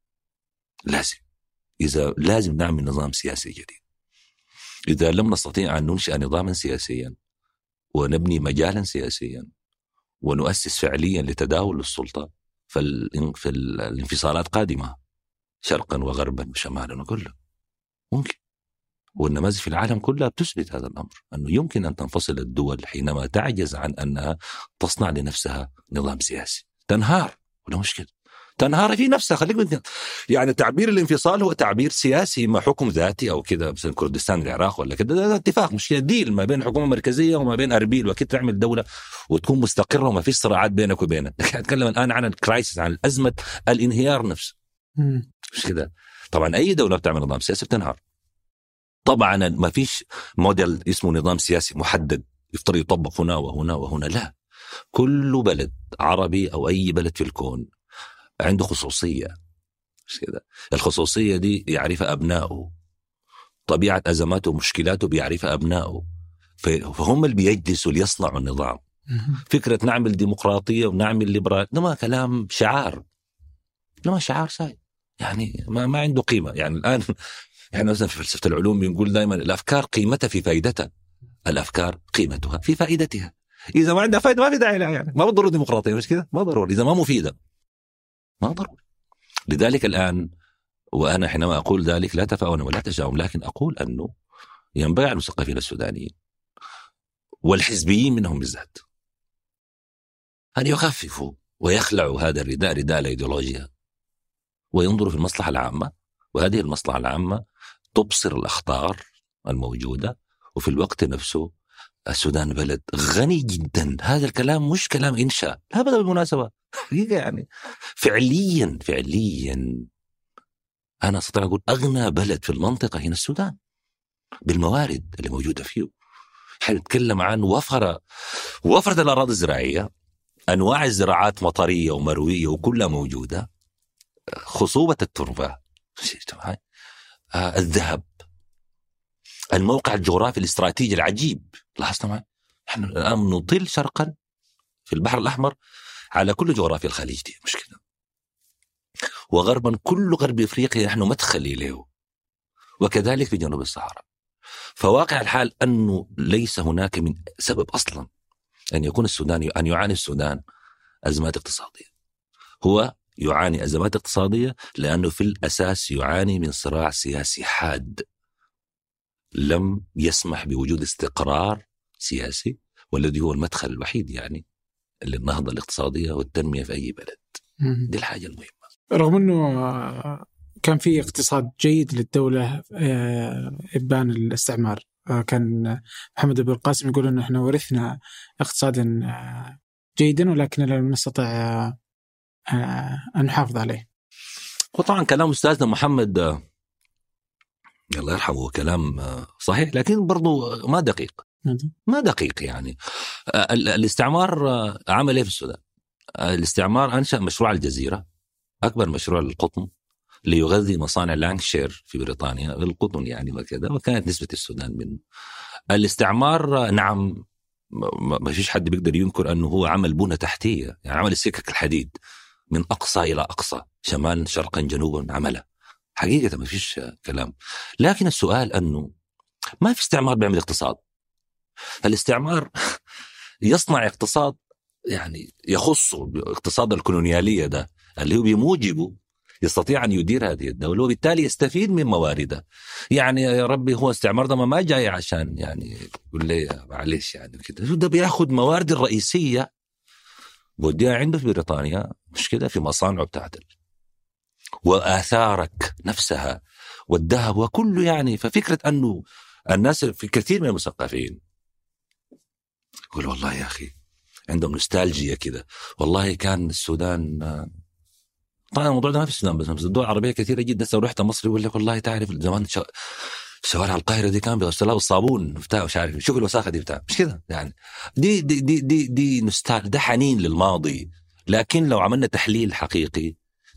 لازم نعمل نظام سياسي جديد. إذا لم نستطيع أن ننشئ نظاما سياسيا ونبني مجالا سياسيا ونؤسس فعليا لتداول السلطة، فالانفصالات قادمة شرقا وغربا وشمالا وكله ممكن. والنماذج في العالم كلها بتثبت هذا الأمر، أنه يمكن أن تنفصل الدول حينما تعجز عن أنها تصنع لنفسها نظام سياسي. تنهار ولا مشكلة، تنهار في نفسها. خليك يعني تعبير الانفصال هو تعبير سياسي، ما حكم ذاتي أو كده مثل كردستان العراق ولا كده، ده اتفاق، مش ديل ما بين حكومة مركزية وما بين أربيل، وكيف تعمل دولة وتكون مستقرة وما فيش صراعات بينك وبينك. أتكلم الآن عن الكرايسيس، عن الأزمة، الانهيار نفسه، مش كده. طبعا أي دولة بتعمل نظام سياسي بتنهار. طبعا ما فيش موديل اسمه نظام سياسي محدد يفترض يطبق هنا وهنا وهنا، لا. كل بلد عربي أو أي بلد في الكون عنده خصوصية، مش كده. الخصوصية دي يعرفها أبنائه، طبيعة أزماته ومشكلاته بيعرفها أبنائه، فهم اللي بيجلسوا ليصنعوا النظام. فكرة نعمل ديمقراطية ونعمل ليبرال ده ما كلام شعار، ده ما شعار ساي، يعني ما عنده قيمة. يعني الآن يعني مثلا في فلسفة العلوم بنقول دائما الأفكار قيمتها في فائدتها، الأفكار قيمتها في فائدتها. إذا ما عندها فائدة ما في داعي لها، يعني ما ضروري ديمقراطية، مش كده، ما ضروري. إذا ما مفيدة ما ضروري. لذلك الآن، وأنا حينما أقول ذلك لا تفاؤل ولا تشاؤم، لكن أقول أنه ينبغي على المثقفين السودانيين والحزبيين منهم بالذات أن يخففوا ويخلعوا هذا الرداء، رداء الأيديولوجيا، وينظروا في المصلحة العامة. وهذه المصلحة العامة تبصر الأخطار الموجودة، وفي الوقت نفسه السودان بلد غني جدا. هذا الكلام مش كلام إنشاء، لا بد بالمناسبة حقيقة، يعني فعليا أنا أستطيع أقول أغنى بلد في المنطقة هنا السودان بالموارد اللي موجودة فيه. حنتكلم عن وفرة الأراضي الزراعية، أنواع الزراعات مطرية ومروية وكلها موجودة، خصوبة التربة، الذهب، الموقع الجغرافي الاستراتيجي العجيب. لاحظت معي نحن الآن نطل شرقا في البحر الأحمر على كل جغرافيا الخليج دي، مش كده، وغربا كل غرب إفريقيا نحن مدخل إليه، وكذلك في جنوب الصحراء. فواقع الحال أنه ليس هناك من سبب أصلا أن يكون السودان، أن يعاني السودان أزمات اقتصادية. هو يعاني أزمات اقتصادية لأنه في الأساس يعاني من صراع سياسي حاد لم يسمح بوجود استقرار سياسي، والذي هو المدخل الوحيد يعني للنهضة الاقتصادية والتنمية في أي بلد. دي الحاجة المهمة. رغم أنه كان في اقتصاد جيد للدولة إبان الاستعمار، كان محمد بن القاسم يقول أنه إحنا ورثنا اقتصادا جيدا ولكن لم نستطع أن نحافظ عليه. وطبعا كلام أستاذنا محمد الله يرحمه كلام صحيح، لكن برضو ما دقيق يعني. الاستعمار عمل ايه في السودان؟ الاستعمار أنشأ مشروع الجزيرة، أكبر مشروع للقطن ليغذي مصانع لانكشير في بريطانيا للقطن يعني وكذا، وكانت نسبة السودان منه. الاستعمار نعم ما فيش حد بيقدر ينكر أنه هو عمل بنى تحتية، يعني عمل السكك الحديد من أقصى إلى أقصى، شمال شرقا جنوبا عمله، حقيقة ما فيش كلام. لكن السؤال أنه ما في استعمار بيعمل اقتصاد. الاستعمار يصنع اقتصاد يعني يخصه باقتصاد الكولونيالية ده اللي هو بموجبه يستطيع أن يدير هذه الدولة وبالتالي يستفيد من موارده. يعني يا ربي هو استعمار ده ما جاي عشان يعني يقول لي معلش يعني كده، ده بياخد موارد الرئيسية بوديها عنده في بريطانيا، مش كده، في مصانعه بتاعته وآثارك نفسها والذهب وكله يعني. ففكرة أنه الناس في كثير من المثقفين يقول والله يا أخي عندهم نوستالجيا كده، والله كان السودان، طبعا الموضوع ده ما في السودان بس الدول العربية كثيرة جدا. لو رحت مصر يقول لك والله تعرف زمان شوارع القاهرة دي كان بيغسلوها بالصابون بتاع مش عارف شوف الوساخة دي بتاع مش كده يعني. دي نوستالجيا، ده حنين للماضي. لكن لو عملنا تحليل حقيقي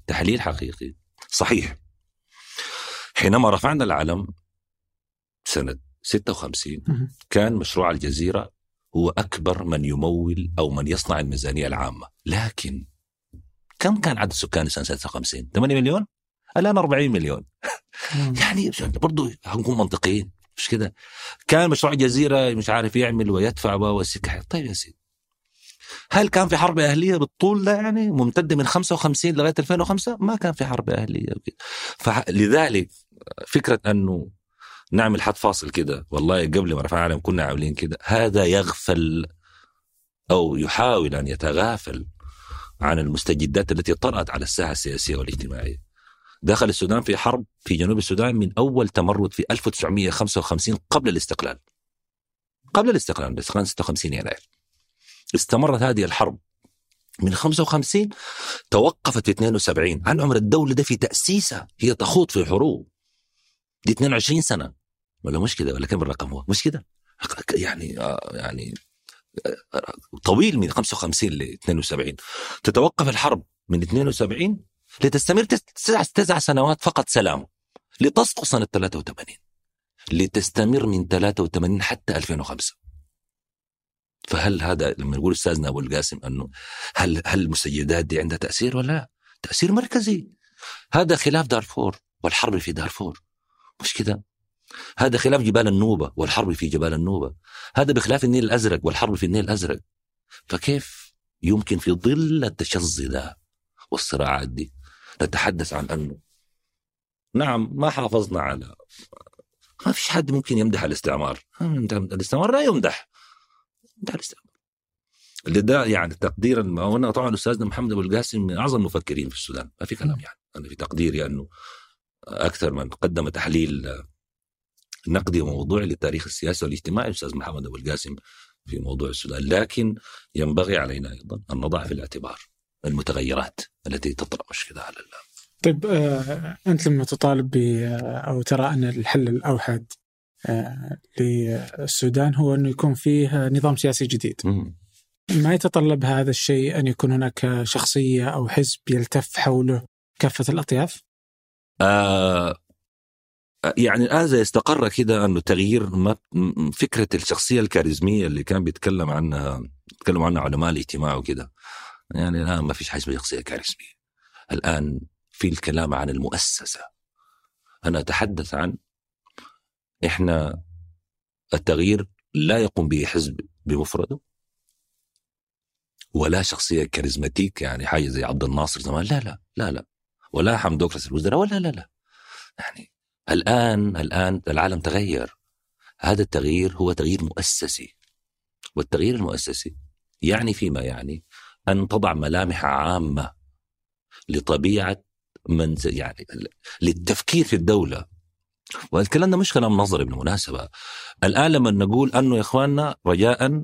صحيح، حينما رفعنا العلم سنة 56 كان مشروع الجزيرة هو أكبر من يمول أو من يصنع الميزانية العامة. لكن كم كان عدد سكان سنة 56؟ 8 مليون، الآن 40 مليون. يعني برضو هنكون منطقيين مش كده. كان مشروع الجزيرة مش عارف يعمل ويدفع ويسكح. طيب يا سيدي، هل كان في حرب أهلية بالطول ده يعني ممتدة من 55 لغاية 2005؟ ما كان في حرب أهلية. فلذلك فكرة أنه نعمل حد فاصل كده، والله قبل ما رفع العلم كنا عاملين كده، هذا يغفل أو يحاول أن يتغافل عن المستجدات التي طرأت على الساحة السياسية والاجتماعية. دخل السودان في حرب في جنوب السودان من أول تمرد في 1955 قبل الاستقلال 56 يناير. استمرت هذه الحرب من 55، توقفت في 72. عن عمر الدولة ده في تأسيسها هي تخوض في حروب دي 22 سنة ولا مش كده، ولا كم الرقم هو مش كده يعني طويل من 55 ل 72. تتوقف الحرب من 72 لتستمر 9 سنوات فقط سلام، لتسقط سنة 83، لتستمر من 83 حتى 2005. فهل هذا لما يقول أستاذنا أبو القاسم أنه هل المسيدات دي عندها تأثير ولا لا؟ تأثير مركزي. هذا خلاف دارفور والحرب في دارفور مش كده. هذا خلاف جبال النوبة والحرب في جبال النوبة. هذا بخلاف النيل الأزرق والحرب في النيل الأزرق. فكيف يمكن في ظل التشظي ده والصراعات دي نتحدث عن أنه نعم ما حافظنا على، ما فيش حد ممكن يمدح الاستعمار. الاستعمار لا يمدح الاستعمار اللي ده يعني تقديرا. وانا طبعا أستاذنا محمد أبو القاسم من أعظم المفكرين في السودان، ما في كلام يعني. أنا في تقديري أنه أكثر من قدم تحليل نقدي وموضوعي للتاريخ السياسي والاجتماعي الأستاذ محمد أبو القاسم في موضوع السودان. لكن ينبغي علينا أيضا أن نضع في الاعتبار المتغيرات التي تطرأ مشكلة على الله. طيب أنت لما تطالب أو ترى أن الحل الأوحد للسودان هو أنه يكون فيه نظام سياسي جديد، ما يتطلب هذا الشيء أن يكون هناك شخصية أو حزب يلتف حوله كافة الأطياف؟ يعني الآن يستقر كده أنه تغيير فكرة الشخصية الكاريزمية اللي كان بيتكلم عنها علماء الاجتماع وكده. يعني الآن ما فيش حاجة اسمها شخصية كاريزمية. الآن في الكلام عن المؤسسة. أنا أتحدث عن إحنا التغيير لا يقوم به حزب بمفرده ولا شخصية كاريزماتيك يعني حاجة زي عبد الناصر زمان، لا لا لا لا، ولا حمدوك رئيس الوزراء ولا لا لا. يعني الآن العالم تغير. هذا التغيير هو تغيير مؤسسي، والتغيير المؤسسي يعني فيما يعني أن تضع ملامح عامة لطبيعة من يعني للتفكير في الدولة. والكلام ده مش كلام نظري بالمناسبة. الآن لما نقول أنه يا إخواننا رجاء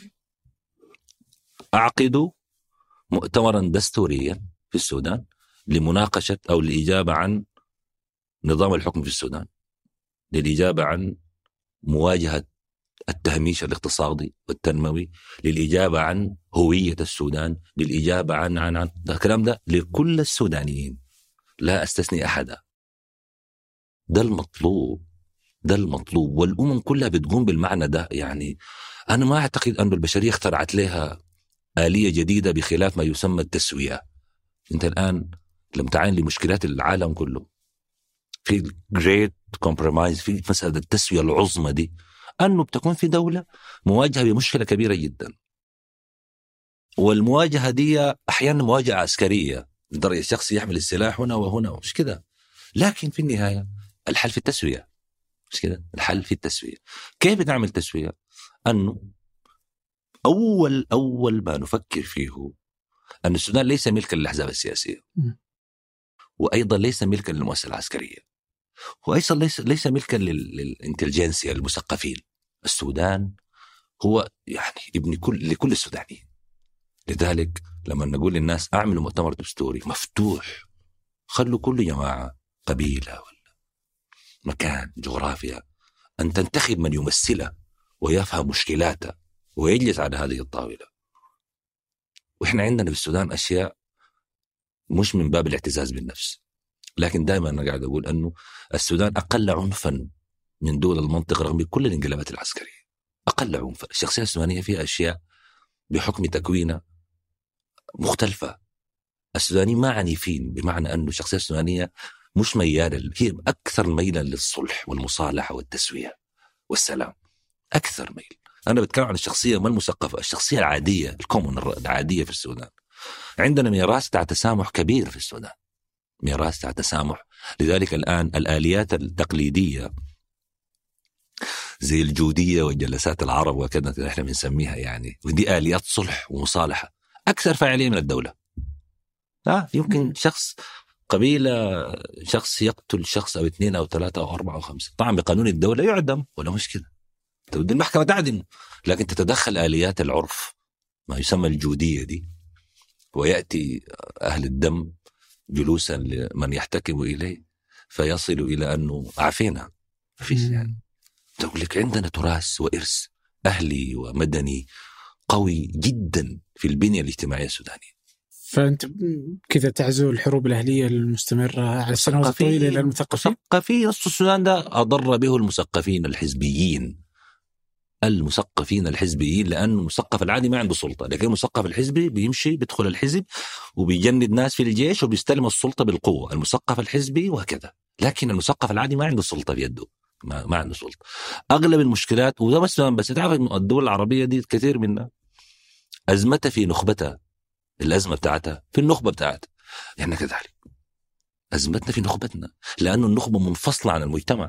أعقدوا مؤتمرا دستوريا في السودان لمناقشة أو الإجابة عن نظام الحكم في السودان، للإجابة عن مواجهة التهميش الاقتصادي والتنموي، للإجابة عن هوية السودان، للإجابة عن الكلام ده لكل السودانيين لا أستثني أحدا. ده المطلوب والأمم كلها بتقوم بالمعنى ده. يعني أنا ما أعتقد أن البشرية اخترعت لها آلية جديدة بخلاف ما يسمى التسوية. أنت الآن لم تعاين لمشكلات العالم كله، في الجريت كومبرومايز، في مسألة التسوية العظمى دي، أنه بتكون في دولة مواجهة بمشكلة كبيرة جدا، والمواجهة دي أحيانا مواجهة عسكرية لدرجة شخص يحمل السلاح هنا وهنا، مش كده، لكن في النهاية الحل في التسوية، مش كده، الحل في التسوية. كيف نعمل تسوية؟ أنه أول ما نفكر فيه أن السودان ليس ملكا للأحزاب السياسية، وأيضا ليس ملكا للمؤسسة العسكرية، وأيضا ليس ملكا للإنتليجنسيا المثقفين. السودان هو يعني ابن لكل السودانيين. لذلك لما نقول للناس أعملوا مؤتمر دستوري مفتوح، خلوا كل جماعة قبيلة ولا مكان جغرافيا أن تنتخب من يمثلها ويفهم مشكلاته ويجلس على هذه الطاولة. وإحنا عندنا في السودان أشياء مش من باب الاعتزاز بالنفس، لكن دائما أنا قاعد أقول أنه السودان أقل عنفا من دول المنطقة رغم كل الانقلابات العسكرية، أقل عنفا. الشخصية السودانية فيها أشياء بحكم تكوينها مختلفة. السودانيين ما عنيفين، بمعنى أنه الشخصية السودانية مش ميالة، هي أكثر ميلا للصلح والمصالحة والتسوية والسلام، أكثر ميل. أنا بتكلم عن الشخصية ما المثقفة، الشخصية العادية، الكومون العادية في السودان. عندنا ميراث تاع تسامح كبير في السودان، ميراث تاع تسامح. لذلك الآن الآليات التقليدية زي الجودية والجلسات العرب وكذا احنا بنسميها، يعني ودي آليات صلح ومصالحة أكثر فاعلية من الدولة. يمكن شخص قبيلة، شخص يقتل شخص أو 2 أو 3 أو 4 أو 5، طبعا بقانون الدولة يعدم ولا مش كده، تودي المحكمة تعدم، لكن تتدخل آليات العرف ما يسمى الجودية دي، ويأتي أهل الدم جلوسا لمن يحتكم إليه فيصل إلى أنه عافينا. فيش يعني تقول لك عندنا تراث وإرث أهلي ومدني قوي جدا في البنية الاجتماعية السودانية. فأنت كذا تعزو الحروب الأهلية المستمرة على سنوات طويلة إلى المثقفين. نص السودان ده أضر به المثقفين الحزبيين، المثقفين الحزبيين، لأن المثقف العادي ما عنده سلطة، لكن المثقف الحزبي بيمشي بيدخل الحزب وبيجند ناس في الجيش وبيستلم السلطة بالقوة، المثقف الحزبي وهكذا. لكن المثقف العادي ما عنده سلطة بيده، ما عنده سلطة. أغلب المشكلات، وده بس تعرف الدول العربية دي كثير منها أزمتها في نخبتها، الأزمة بتاعتها في النخبة بتاعتها. يعني كذلك أزمتنا في نخبتنا، لأنه النخبة منفصلة عن المجتمع،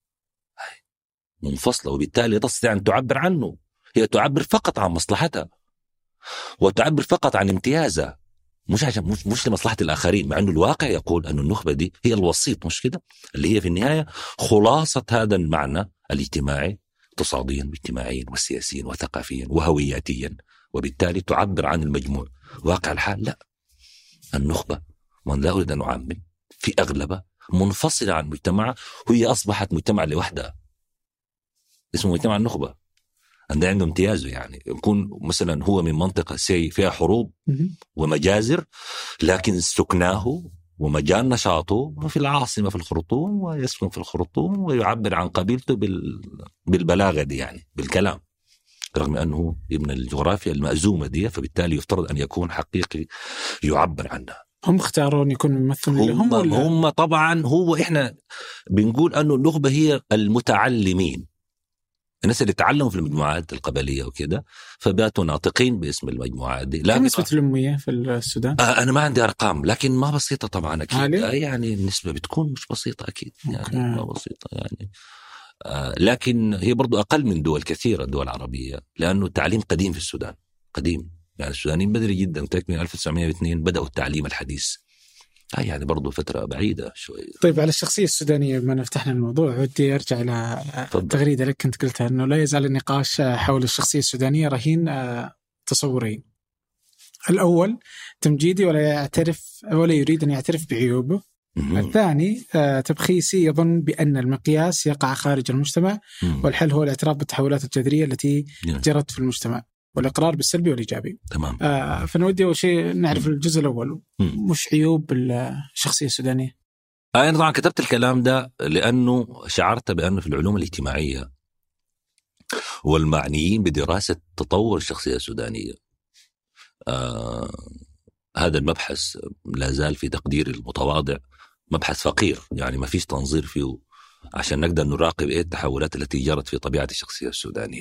منفصلة، وبالتالي تستطيع أن تعبر عنه. هي تعبر فقط عن مصلحتها وتعبر فقط عن امتيازها، مش لمصلحة الآخرين، مع أنه الواقع يقول أن النخبة دي هي الوسيط، مش كده، اللي هي في النهاية خلاصة هذا المعنى الاجتماعي، اقتصاديا واجتماعيا وسياسيا وثقافيا وهوياتيا، وبالتالي تعبر عن المجموع. واقع الحال لا، النخبة وأن لا أريد أن أعمم في أغلبها منفصلة عن مجتمع، وهي أصبحت مجتمع لوحدها اسمه مجتمع النخبة، عنده امتيازه. يعني يكون مثلا هو من منطقة فيها حروب ومجازر، لكن سكناه ومجال نشاطه في العاصمة في الخرطوم، ويسكن في الخرطوم ويعبر عن قبيلته بالبلاغة دي، يعني بالكلام، رغم أنه ابن الجغرافيا المأزومة دي، فبالتالي يفترض أن يكون حقيقي يعبر عنها. هم اختارون يكون ممثل لهم هم طبعا. إحنا بنقول أنه النخبة هي المتعلمين، الناس اللي تعلموا في المجموعات القبلية وكده، فباتوا ناطقين باسم المجموعات دي. كم نسبة الأمية في السودان؟ أنا ما عندي أرقام، لكن ما بسيطة طبعا أكيد. يعني النسبة بتكون مش بسيطة أكيد، يعني ما بسيطة يعني. لكن هي برضو أقل من دول كثيرة، دول عربية، لأنه التعليم قديم في السودان، قديم. يعني السودانيين بدري جدا، من 1902 بدأوا التعليم الحديث، يعني برضو فترة بعيدة شوي. طيب على الشخصية السودانية، ما فتحنا الموضوع، ودي أرجع إلى تغريدة لك كنت قلتها أنه لا يزال النقاش حول الشخصية السودانية رهين تصورين. الأول تمجيدي ولا يريد أن يعترف بعيوبه. الثاني تبخيسي يظن بأن المقياس يقع خارج المجتمع، والحل هو الاعتراف بالتحولات الجذرية التي جرت في المجتمع والإقرار بالسلبي والإيجابي. تمام. فنودي أول شيء نعرف الجزء الأول، مش عيوب الشخصية السودانية. أنا طبعا كتبت الكلام ده لأنه شعرت بأنه في العلوم الاجتماعية والمعنيين بدراسة تطور الشخصية السودانية هذا المبحث لا زال في تقدير المتواضع مبحث فقير، يعني ما فيش تنظير فيه عشان نقدر نراقب إيه التحولات التي جرت في طبيعة الشخصية السودانية.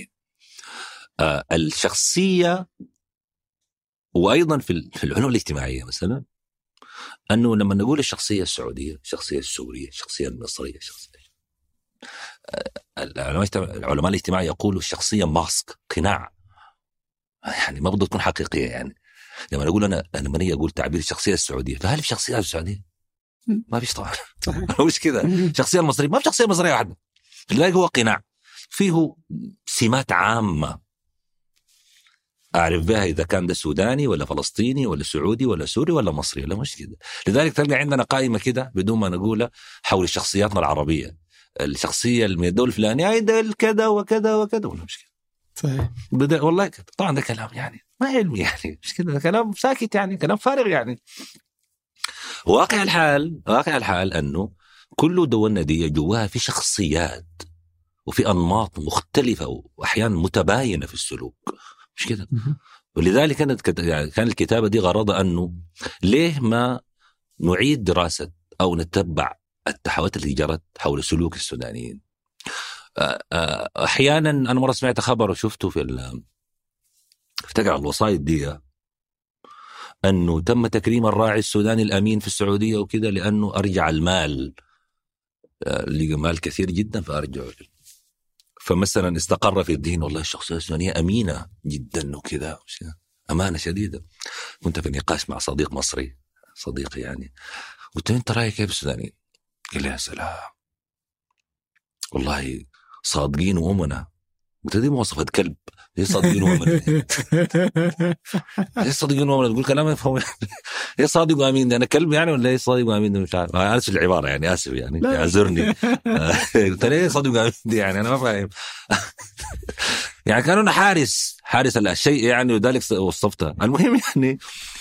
الشخصية، وأيضا في العلوم الاجتماعية مثلا، أنه لما نقول الشخصية السعودية، الشخصية السورية، الشخصية المصرية، العلماء الاجتماع يقولوا الشخصية ماسك، قناع، يعني ما بدها تكون حقيقية. يعني لما نقول لما نيجي أقول تعبير الشخصية السعودية، فهل في شخصية السعودية؟ ما فيش طبعا. مش كده. الشخصية المصرية ما في شخصية مصرية واحدة، لذلك هو قناع فيه سمات عامة أعرف بها إذا كان ده سوداني ولا فلسطيني ولا سعودي ولا سوري ولا مصري، لا مش كده. لذلك تلقى عندنا قائمة كده بدون ما نقولها حول شخصياتنا العربية، الشخصية من الدولة الفلانية هيدا كذا وكذا وكذا، ولا مش كده. صحيح. بدأ والله كده. طبعا ده كلام يعني ما علمي، يعني مش كده، ده كلام ساكت، يعني كلام فارغ. يعني واقع الحال أنه كل دولنا دي جواها في شخصيات وفي أنماط مختلفة وأحيانا متباينة في السلوك، مش كده. ولذلك كان الكتابة دي غرضها أنه ليه ما نعيد دراسة أو نتبع التحولات التي جرت حول سلوك السودانيين. أحيانا أنا مرة سمعت خبر وشفته في تقرأ الوسائط دي أنه تم تكريم الراعي السوداني الأمين في السعودية وكذا، لأنه أرجع المال، لقى مال كثير جدا فأرجعه. فمثلا استقر في الدين والله الشخصية السودانية أمينة جدا وكذا، أمانة شديدة. كنت في نقاش مع صديق مصري، صديقي يعني، قلت له أنت رأيك كيف السودانيين؟ قال لي يا سلام والله صادقين وأمنا. قلت دي مواصفة كلب، ايه صادقين وأمنا؟ ايه صادقين وأمنا؟ تقول كلام يفهم. ايه صادق وأمين ده؟ أنا كلب يعني ولا ايه صادق وأمين ده؟ مش عارف، أنا آسف العبارة يعني، آسف يعني اعذرني. قلت له ايه صادق وأمين دي؟ يعني أنا ما فاهم. يعني كانوا حارس الشيء يعني، وذلك وصفتها. المهم يعني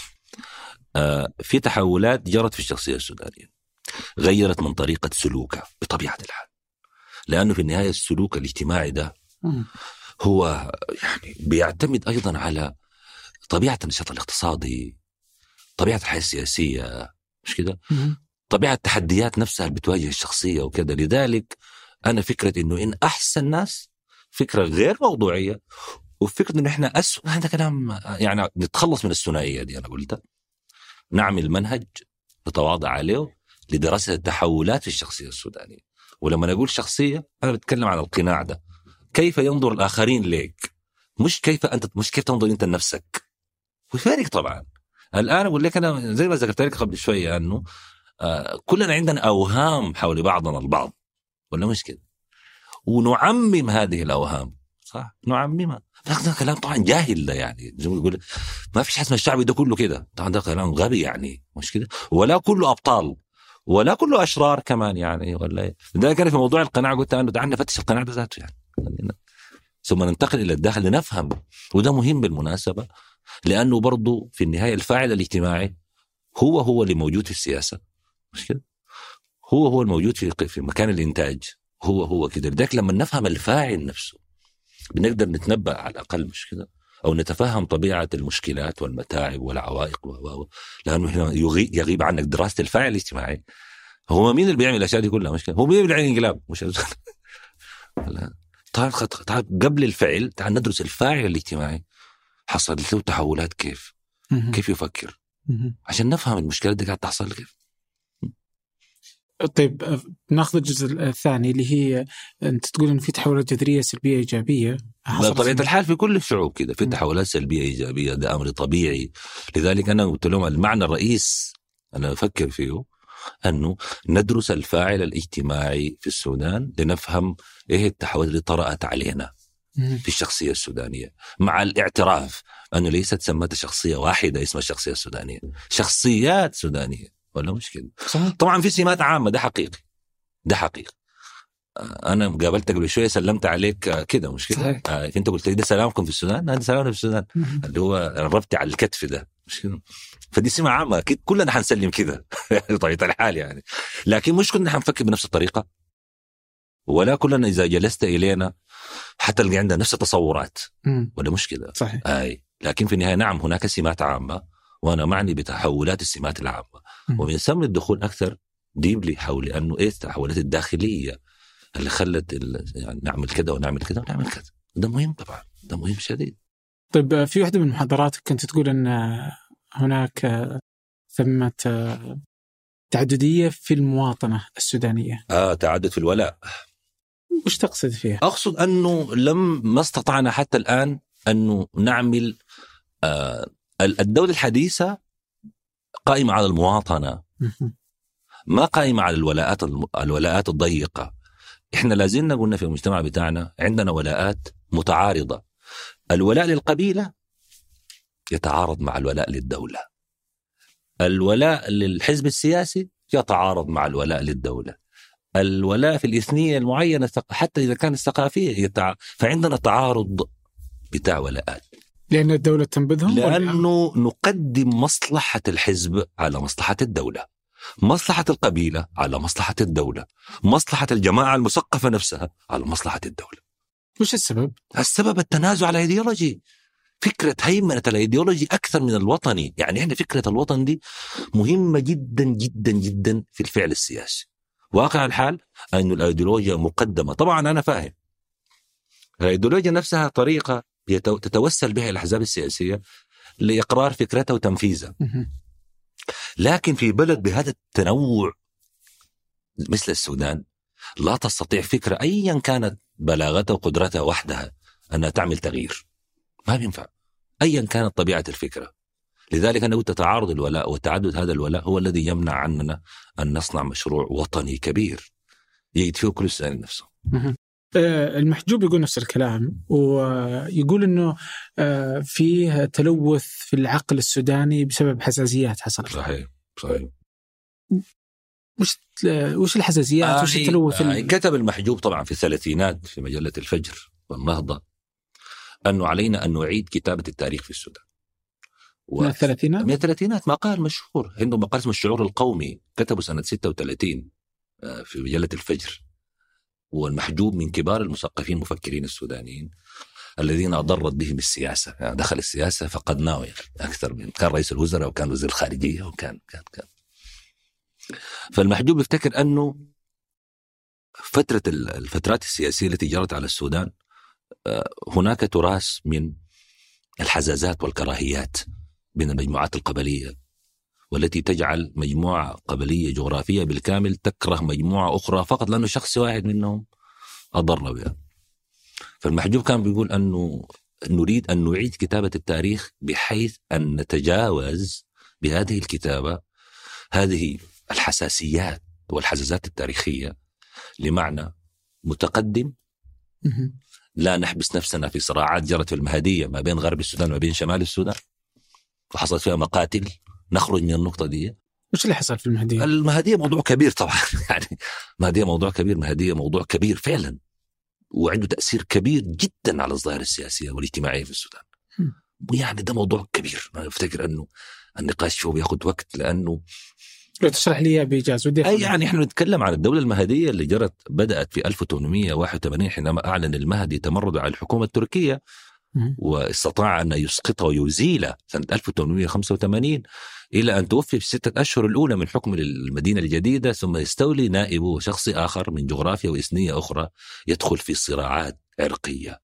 في تحولات جرت في الشخصية السودانية غيرت من طريقة سلوكها بطبيعة الحال، لأنه في النهاية السلوك الاجتماعي ده هو يعني بيعتمد أيضا على طبيعة النشاط الاقتصادي، طبيعة الحياة السياسية، مش كده، طبيعة التحديات نفسها اللي بتواجه الشخصية وكذا. لذلك أنا فكرة إنه إن أحسن ناس فكرة غير موضوعية، وفكرة إنه إحنا هذا كلام يعني نتخلص من الثنائية دي. أنا قلت نعمل منهج نتواضع عليه لدراسة التحولات في الشخصية السودانية. ولما نقول شخصية أنا بتكلم عن القناع ده، كيف ينظر الآخرين ليك، مش كيف تنظر أنت لنفسك. وفارق طبعا. الآن أقول لك أنا زي ما ذكرت لك قبل شوية أنه كلنا عندنا أوهام حول بعضنا البعض، ولا مش كده، ونعمم هذه الأوهام، صح، نعممها. هذا كلام طبعا جاهل ده، يعني زي ما يقول ما فيش حسن الشعبي ده كله كده، طبعا ده كلام غبي يعني، مش كده، ولا كله أبطال ولا كله أشرار كمان يعني، ولا ده كان في موضوع القناع قلت أنه دعنا نفتش القناع ذاته يعني، ثم ننتقل إلى الداخل لنفهم. وده مهم بالمناسبة، لأنه برضو في النهاية الفاعل الاجتماعي هو اللي موجود في السياسة، مش كده، هو الموجود في مكان الإنتاج، هو كده. لذلك لما نفهم الفاعل نفسه بنقدر نتنبأ على الأقل، مش كده، أو نتفهم طبيعة المشكلات والمتاعب والعوائق لأنه هنا يغيب عنك دراسة الفاعل الاجتماعي. هو مين اللي بيعمل الأشياء دي كلها؟ مش كده، هو مين اللي بيعمل انقلاب؟ مش طيب قبل الفعل تعال ندرس الفاعل الاجتماعي، حصلت له تحولات كيف يفكر، عشان نفهم المشكلات دي قاعد تحصل كيف. طيب ناخذ الجزء الثاني اللي هي أنت تقول إن في تحولات جذرية سلبية إيجابية. بطبيعة الحال في كل الشعوب كده في تحولات سلبية إيجابية، ده أمر طبيعي. لذلك أنا قلت لهم المعنى الرئيس أنا أفكر فيه أنه ندرس الفاعل الاجتماعي في السودان لنفهم إيه التحولات اللي طرأت علينا في الشخصية السودانية، مع الاعتراف أنه ليست سمت شخصية واحدة اسمها الشخصية السودانية، شخصيات سودانية، ولا مش كده؟ طبعا في سمات عامة، ده حقيقي. أنا قابلتك قبل شوية سلمت عليك كده، مش كده؟ أنت قلت لي ده سلامكم في السودان، هذا سلامنا في السودان، اللي هو ربطي على الكتف ده، مش كده؟ فدي سمة عامة، أكيد كلنا حنسلم كده طريقة الحال يعني، لكن مش كلنا حنفكر بنفس الطريقة، ولا كلنا إذا جلست إلينا حتى اللي عندنا نفس التصورات، ولا مش كده؟ صحيح. لكن في النهاية نعم هناك سمات عامة، وأنا معني بتحولات السمات العامة، ومن ثم الدخول أكثر ديبلي حول أنه إيه التحولات الداخلية اللي خلت يعني نعمل كذا ونعمل كذا ونعمل كذا. ده مهم طبعا، ده مهم شديد. طيب في واحدة من محاضراتك كنت تقول أن هناك ثمة تعددية في المواطنة السودانية. تعدد في الولاء. وش تقصد فيها؟ أقصد أنه ما استطعنا حتى الآن أنه نعمل الدولة الحديثة قائمة على المواطنة، ما قائمة على الولاءات الضيقة. إحنا لازلنا قلنا في المجتمع بتاعنا عندنا ولاءات متعارضة. الولاء للقبيلة يتعارض مع الولاء للدولة، الولاء للحزب السياسي يتعارض مع الولاء للدولة، الولاء في الإثنية المعينة حتى إذا كانت ثقافية فعندنا تعارض بتاع ولاءات. لأن الدولة تنبذهم؟ لأنه نقدم مصلحة الحزب على مصلحة الدولة، مصلحة القبيلة على مصلحة الدولة، مصلحة الجماعة المثقفة نفسها على مصلحة الدولة. وش السبب؟ السبب التنازع على الإيديولوجي، فكرة هيمنة الإيديولوجي أكثر من الوطني. يعني إحنا فكرة الوطن دي مهمة جدا جدا جدا في الفعل السياسي. واقع الحال أن الإيديولوجيا مقدمة. طبعا أنا فاهم الإيديولوجيا نفسها طريقة تتوسل بها الأحزاب السياسية لإقرار فكرتها وتنفيذها، لكن في بلد بهذا التنوع مثل السودان لا تستطيع فكرة أيا كانت بلاغتها وقدرتها وحدها أنها تعمل تغيير، ما بينفع أيا كانت طبيعة الفكرة. لذلك أنا قلت تعارض الولاء وتعدد هذا الولاء هو الذي يمنع عننا أن نصنع مشروع وطني كبير يجد فيه كل السودانيين نفسه. المحجوب يقول نفس الكلام، ويقول أنه فيه تلوث في العقل السوداني بسبب حساسيات حصلت. صحيح. وش الحساسيات؟ وش التلوث؟ كتب المحجوب طبعا في الثلاثينات في مجلة الفجر والنهضة أنه علينا أن نعيد كتابة التاريخ في السودان. من الثلاثينات؟ من الثلاثينات. مقال مشهور عنده مقال اسمه الشعور القومي، كتبه سنة 36 في مجلة الفجر. والمحجوب من كبار المثقفين المفكرين السودانيين الذين أضرت بهم السياسة، يعني دخل السياسة فقدناه يعني أكثر من كان رئيس الوزراء وكان وزير الخارجية وكان. فالمحجوب يفتكر أنه الفترات السياسية التي جرت على السودان هناك تراث من الحزازات والكراهيات بين المجموعات القبلية، والتي تجعل مجموعة قبلية جغرافية بالكامل تكره مجموعة أخرى فقط لأنه شخص واحد منهم أضر بها. فالمحجوب كان بيقول أنه نريد أن نعيد كتابة التاريخ بحيث أن نتجاوز بهذه الكتابة هذه الحساسيات والحزازات التاريخية لمعنى متقدم. لا نحبس نفسنا في صراعات جرت في المهدية ما بين غرب السودان وما بين شمال السودان وحصلت فيها مقاتل، نخرج من النقطة دي. وش اللي حصل في المهدية؟ المهدية موضوع كبير طبعا يعني المهدية موضوع كبير فعلا، وعنده تأثير كبير جدا على الظاهرة السياسية والاجتماعية في السودان. ويعني ده موضوع كبير، أنا أفتكر أنه النقاش فيه بياخد وقت. لأنه لو تشرح لي بإيجاز ودي يعني إحنا نتكلم عن الدولة المهدية اللي بدأت في 1881 حينما أعلن المهدي تمرد على الحكومة التركية واستطاع أن يسقطه ويزيله سنة 1885 إلى أن توفي في 6 أشهر الأولى من حكم المدينة الجديدة، ثم يستولي نائبه شخص آخر من جغرافيا وإثنية أخرى يدخل في صراعات عرقية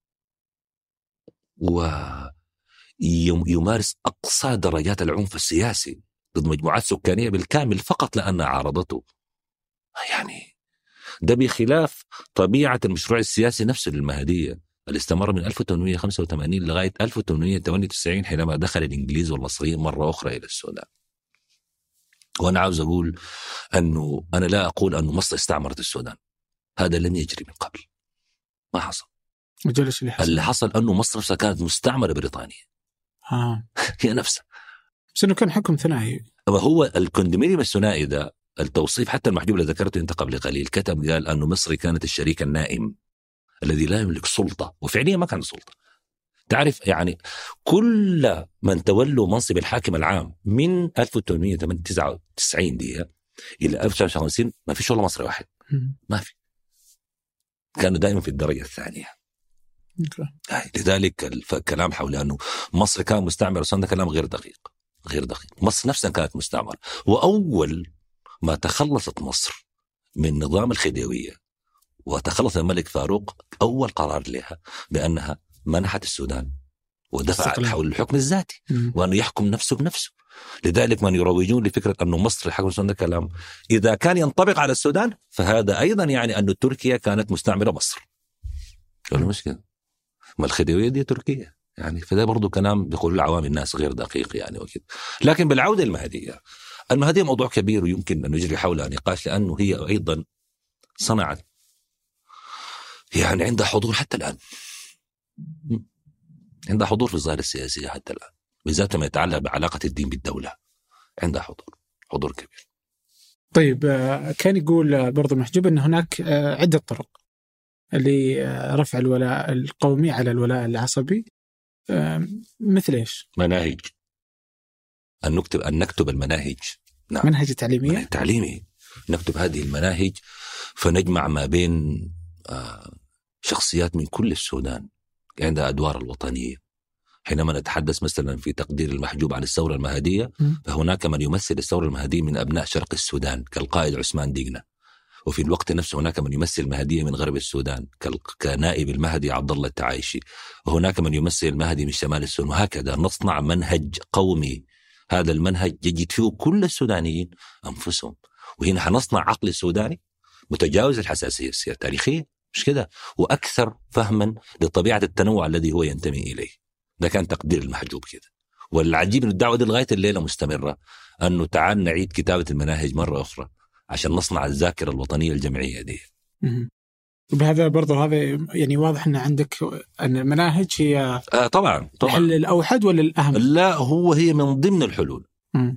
ويمارس أقصى درجات العنف السياسي ضد مجموعات سكانية بالكامل فقط لأنها عارضته. يعني ده بخلاف طبيعة المشروع السياسي نفسه للمهدية اللي استمر من 1885 لغاية 1898 حينما دخل الإنجليز والمصريين مرة أخرى إلى السودان. وأنا عاوز أقول أنه أنا لا أقول أنه مصر استعمرت السودان، هذا لم يجري من قبل، ما حصل. اللي حصل أنه مصر نفسها كانت مستعمرة بريطانيا. هي نفسها، بس أنه كان حكم ثنائي. وهو الكوندومينيوم الثنائي ده التوصيف حتى المحجوب اللي ذكرته أنت قبل قليل كتب قال أنه مصر كانت الشريك النائم الذي لا يملك سلطة، وفعليا ما كان سلطة. تعرف يعني كل من تولوا منصب الحاكم العام من 1899 دي إلى 1950 ما فيش ولا مصري واحد، ما في، كانوا دائما في الدرجة الثانية. لذلك الكلام حول أنه مصر كان مستعمر وصلنا كلام غير دقيق. مصر نفسها كانت مستعمر، وأول ما تخلصت مصر من نظام الخديوية وتخلص الملك فاروق، أول قرار لها بأنها منحت السودان ودفعت حول الحكم الذاتي وأنه يحكم نفسه بنفسه. لذلك من يروجون لفكرة أنه مصر الحكم السودان ده كلام إذا كان ينطبق على السودان، فهذا أيضا يعني أن تركيا كانت مستعمرة مصر. ولا مش كده؟ ما الخديوية دي تركيا يعني، فده برضو كلام بيقول العوام الناس غير دقيق يعني وكده. لكن بالعودة المهدية، المهدية موضوع كبير ويمكن أن نجري حولها نقاش، لأنه هي أيضا صنعت يعني عندها حضور حتى الآن، عندها حضور في الظاهرة السياسية حتى الآن، بالذات ما يتعلق بعلاقة الدين بالدولة، عندها حضور كبير. طيب كان يقول برضو محجوب أن هناك عدة طرق لرفع الولاء القومي على الولاء العصبي، مثل إيش؟ مناهج، أن نكتب المناهج. نعم. منهج تعليمية؟ منهج تعليمي، نكتب هذه المناهج فنجمع ما بين شخصيات من كل السودان عندها أدوار الوطنية. حينما نتحدث مثلا في تقدير المحجوب عن الثورة المهدية، فهناك من يمثل الثورة المهدية من أبناء شرق السودان كالقائد عثمان ديقنة، وفي الوقت نفسه هناك من يمثل المهدية من غرب السودان كنائب المهدي عبد الله التعايشي، وهناك من يمثل المهدي من شمال السودان، وهكذا نصنع منهج قومي. هذا المنهج يجد فيه كل السودانيين أنفسهم، وهنا حنصنع عقل السوداني متجاوز الحساسية التاريخية، مش كده، وأكثر فهما لطبيعة التنوع الذي هو ينتمي إليه. ده كان تقدير المحجوب كده. والعجيب أن الدعوة دي لغاية الليلة مستمرة، أنه تعال نعيد كتابة المناهج مرة أخرى عشان نصنع الذاكرة الوطنية الجمعية دي. بهذا برضو هذا يعني واضح أن عندك أن المناهج هي طبعا الحل الأوحد ولا الأهم؟ لا، هي من ضمن الحلول.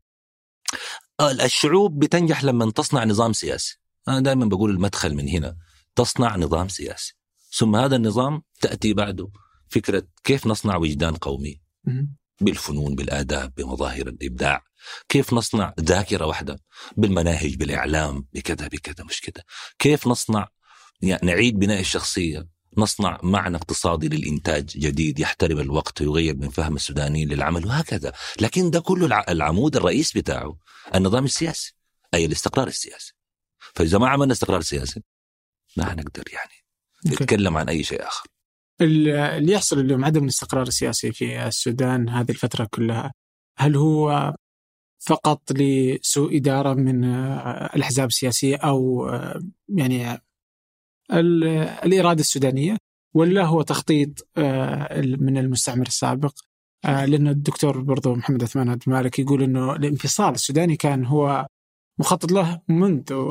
الشعوب بتنجح لما تصنع نظام سياسي. أنا دائما بقول المدخل من هنا، تصنع نظام سياسي، ثم هذا النظام تأتي بعده فكرة كيف نصنع وجدان قومي بالفنون، بالآداب، بمظاهر الإبداع. كيف نصنع ذاكرة واحدة بالمناهج، بالإعلام، بكذا مش كده. كيف نصنع يعني نعيد بناء الشخصية، نصنع معنى اقتصادي للإنتاج جديد يحترم الوقت ويغير من فهم السودانيين للعمل وهكذا. لكن ده كله العمود الرئيس بتاعه النظام السياسي، أي الاستقرار السياسي. فإذا ما عملنا استقرار سياسي ما هنقدر يعني نتكلم عن أي شيء آخر. اللي يحصل اليوم عدم الاستقرار السياسي في السودان هذه الفترة كلها، هل هو فقط لسوء إدارة من الأحزاب السياسية أو يعني الإرادة السودانية، ولا هو تخطيط من المستعمر السابق؟ لأن الدكتور برضو محمد عثمان عبد المالك يقول أنه الانفصال السوداني كان هو مخطط له منذ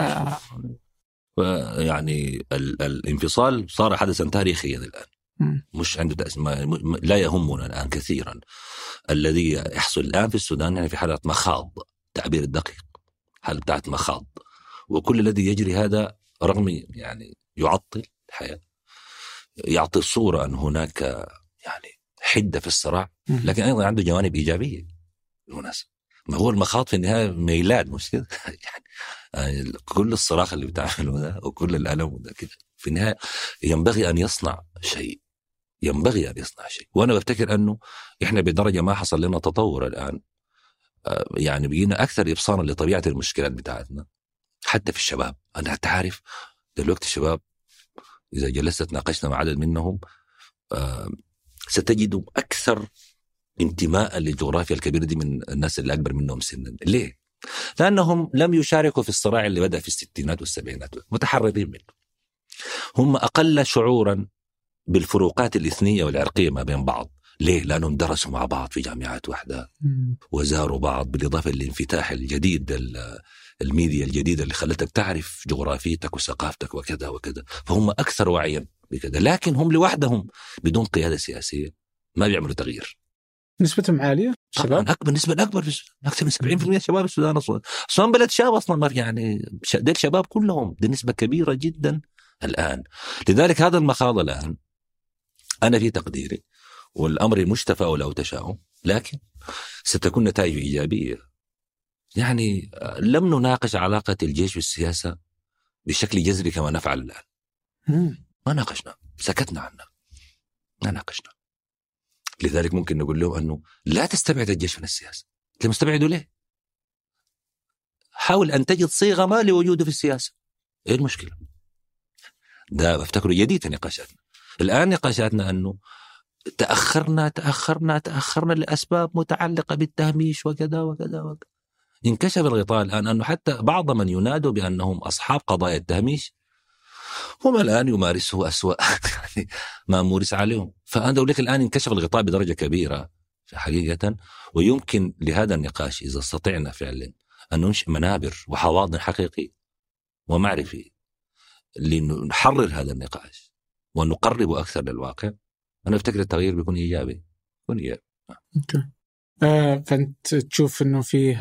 يعني الانفصال صار حدثا تاريخيا الآن، مش عنده لا يهمنا الآن كثيرا. الذي يحصل الآن في السودان يعني في حالة مخاض، تعبير الدقيق، حالة بتاعت مخاض، وكل الذي يجري هذا رغم يعني يعطل الحياة، يعطي الصورة أن هناك يعني حدة في الصراع، لكن أيضا عنده جوانب إيجابية بالمناسبة. ما هو المخاض في النهاية ميلاد، مش كده يعني كل الصراخ اللي بتعمله ده وكل الألم ده كده في النهاية ينبغي أن يصنع شيء، وأنا بفتكر أنه إحنا بدرجة ما حصل لنا تطور الآن، يعني بقينا أكثر إبصارا لطبيعة المشكلات بتاعتنا حتى في الشباب. أنا تعرف دلوقتي الشباب إذا جلست ناقشنا مع عدد منهم ستجدوا أكثر انتماء للجغرافيا الكبيرة دي من الناس اللي أكبر منهم سنا. ليه؟ لأنهم لم يشاركوا في الصراع اللي بدأ في الستينات والسبعينات، متحررين منه. هم أقل شعورا بالفروقات الإثنية والعرقية ما بين بعض. ليه؟ لأنهم درسوا مع بعض في جامعات واحدة وزاروا بعض، بالإضافة للانفتاح الجديد، الميديا الجديدة اللي خلتك تعرف جغرافيتك وثقافتك وكذا وكذا، فهم أكثر وعيا بكذا. لكن هم لوحدهم بدون قيادة سياسية ما بيعملوا تغيير. نسبتهم عالية شباب، أكبر نسبة، أكبر من 70% شباب السودان أصلا بلد شاب أصلا، ما يعني ديل شباب كلهم، دي نسبة كبيرة جدا الآن. لذلك هذا المخاض الآن أنا في تقديري والأمر مشتفى ولو تشاء، لكن ستكون نتائج إيجابية. يعني لم نناقش علاقة الجيش والسياسة بشكل جذري كما نفعل الآن. ما ناقشنا، سكتنا عنها، ما ناقشنا. لذلك ممكن نقول لهم أنه لا تستبعد الجيش من السياسة. مستبعدوا ليه؟ حاول أن تجد صيغة ما لوجوده في السياسة. إيه المشكلة؟ ده أفتكره جديد في نقاشاتنا. الآن نقاشاتنا أنه تأخرنا لأسباب متعلقة بالتهميش وكذا وكذا وكذا. انكشف الغطاء الآن أنه حتى بعض من ينادوا بأنهم أصحاب قضايا التهميش هم الآن يمارسوا أسوأ ما مورس عليهم. فأنا أقول لك الآن انكشف الغطاء بدرجة كبيرة حقيقة. ويمكن لهذا النقاش إذا استطعنا فعلا أن ننشئ منابر وحواضن حقيقية ومعرفي لنحرر هذا النقاش ونقربه أكثر للواقع، أنا أفتكر التغيير بيكون إيجابي. فأنت تشوف أنه فيه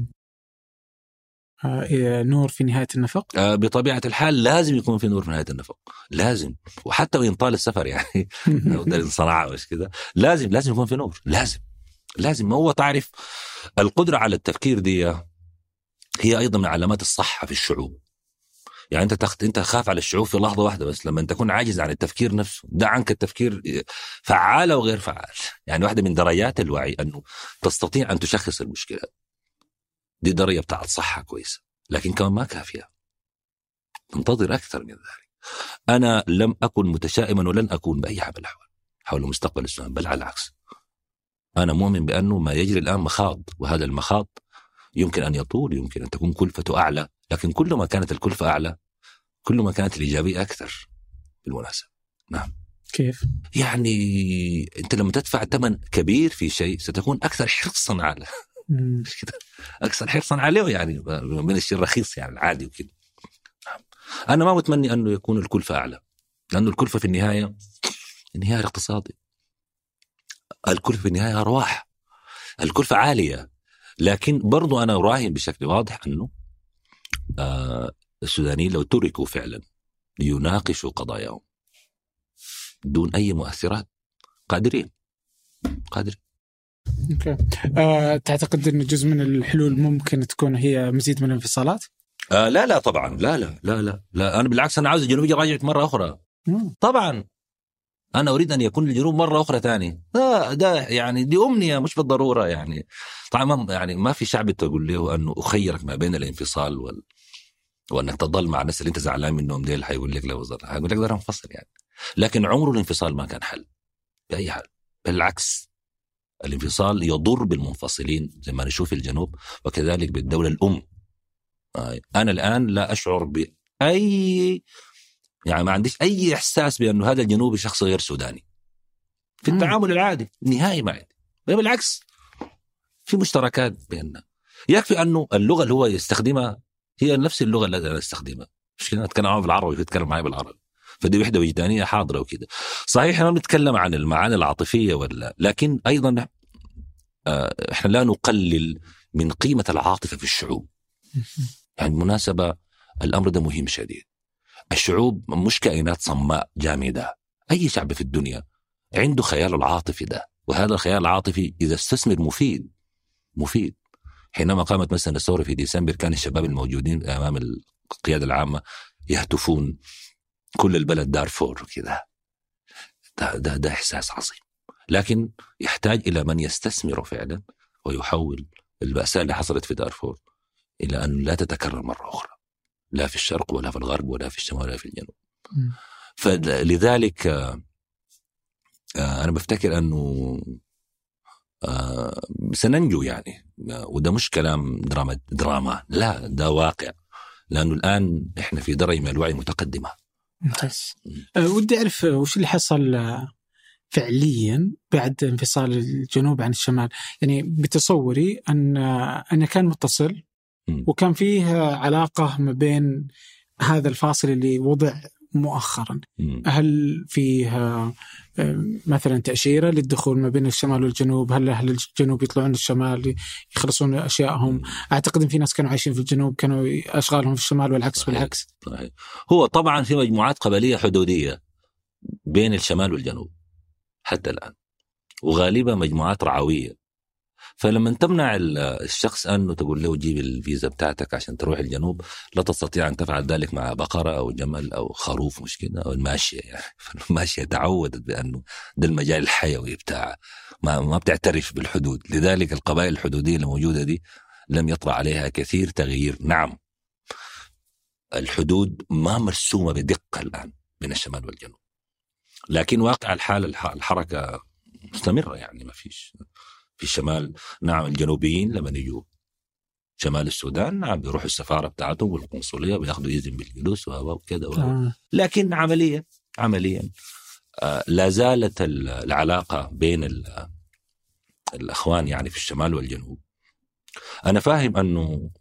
نور في نهاية النفق؟ بطبيعة الحال لازم يكون في نور في نهاية النفق، لازم. وحتى وإن طال السفر يعني لو صناعة وش كذا لازم يكون في نور. لازم. ما هو تعرف القدرة على التفكير دي هي أيضا من علامات الصحة في الشعوب. يعني أنت خاف على الشعوب في لحظة واحدة بس لما أنت تكون عاجز عن التفكير نفسه. دع عنك التفكير فعال وغير فعال. يعني واحدة من درجات الوعي أنه تستطيع أن تشخص المشكلة. دي درجة بتاعت صحة كويسة، لكن كمان ما كافية. تنتظر أكثر من ذلك. أنا لم أكن متشائما ولن أكون بأي حال من الأحوال حول مستقبل السودان، بل على العكس. أنا مؤمن بأنه ما يجري الآن مخاض، وهذا المخاض يمكن أن يطول، يمكن أن تكون كلفته أعلى، لكن كل ما كانت الكلفة أعلى كل ما كانت الإيجابية أكثر بالمناسبة. نعم. كيف؟ يعني أنت لما تدفع ثمن كبير في شيء ستكون أكثر حرصا على أكثر حرصا عليه، يعني من الشيء الرخيص يعني العادي وكده. أنا ما متمني أنه يكون الكلفة أعلى، لأنه الكلفة في النهاية انهيار اقتصادي. الكلفة في النهاية أرواح. الكلفة عالية، لكن برضو أنا أراهن بشكل واضح أنه السودانيين لو تركوا فعلا يناقشوا قضاياهم دون أي مؤثرات قادرين. تعتقد أن جزء من الحلول ممكن تكون هي مزيد من الانفصالات؟ لا طبعا. لا أنا بالعكس أنا عاوز الجنوب يراجع مرة أخرى. طبعا أنا أريد أن يكون الجنوب مرة أخرى ثاني. ده يعني دي أمنية مش بالضرورة. يعني طبعا يعني ما في شعب تقول له أنه أخيرك ما بين الانفصال وأنك تضل مع الناس اللي أنت زعلان منهم ديل. هيقول لك لا وزر، هيقول لك ده انفصل يعني. لكن عمره الانفصال ما كان حل بأي حال. بالعكس الانفصال يضر بالمنفصلين زي ما نشوف الجنوب، وكذلك بالدولة الأم. أنا الآن لا أشعر بأي، يعني ما عنديش أي إحساس بأنه هذا الجنوبي شخص غير سوداني في التعامل العادي نهائي. ما عندي، بالعكس في مشتركات بيننا. يكفي أنه اللغة اللي هو يستخدمها هي نفس اللغة اللي أنا أستخدمها. مش كنا نتكلم معه بالعربي ويتكلم معي بالعربي، فدي وحدة وجدانية حاضرة وكده. صحيح احنا بنتكلم عن المعاني العاطفية لكن أيضا احنا لا نقلل من قيمة العاطفة في الشعوب. يعني بالمناسبة الأمر ده مهم شديد. الشعوب مش كائنات صماء جامدة. أي شعب في الدنيا عنده خيال العاطفي ده، وهذا الخيال العاطفي إذا استثمر مفيد. حينما قامت مثلا الثورة في ديسمبر كان الشباب الموجودين أمام القيادة العامة يهتفون كل البلد دارفور كذا. ده إحساس عظيم، لكن يحتاج إلى من يستثمر فعلا ويحول المأساة اللي حصلت في دارفور إلى أن لا تتكرر مرة أخرى، لا في الشرق ولا في الغرب ولا في الشمال ولا في الجنوب. فلذلك أنا بفتكر أنه سننجو يعني. وده مش كلام دراما، لا ده واقع، لأنه الآن إحنا في درجة من الوعي متقدمة. ممتاز. ودي أعرف وش اللي حصل فعليا بعد انفصال الجنوب عن الشمال. يعني بتصوري أن كان متصل وكان فيه علاقة ما بين هذا الفاصل اللي وضع مؤخرا. هل فيه مثلا تأشيرة للدخول ما بين الشمال والجنوب؟ هل أهل الجنوب يطلعون الشمال يخلصون أشيائهم؟ أعتقد أن في ناس كانوا عايشين في الجنوب كانوا أشغالهم في الشمال والعكس بالعكس. هو طبعا في مجموعات قبلية حدودية بين الشمال والجنوب حتى الآن، وغالبا مجموعات رعوية. فلما تمنع الشخص أنه تقول له جيب الفيزا بتاعتك عشان تروح الجنوب، لا تستطيع أن تفعل ذلك مع بقرة أو جمل أو خروف مش كده، أو الماشية. يعني فالماشية تعودت بأنه ده المجال الحيوي بتاعها، ما بتعترف بالحدود. لذلك القبائل الحدودية الموجودة دي لم يطرأ عليها كثير تغيير. نعم الحدود ما مرسومة بدقة الآن بين الشمال والجنوب، لكن واقع الحال الحركة مستمرة، يعني ما فيش في الشمال. نعم الجنوبيين لما يجوا شمال السودان نعم بيروحوا السفارة بتاعتهم والقنصلية وياخذوا إذن بالجلوس وكذا، لكن عمليا لا زالت العلاقة بين الأخوان يعني في الشمال والجنوب. أنا فاهم أنه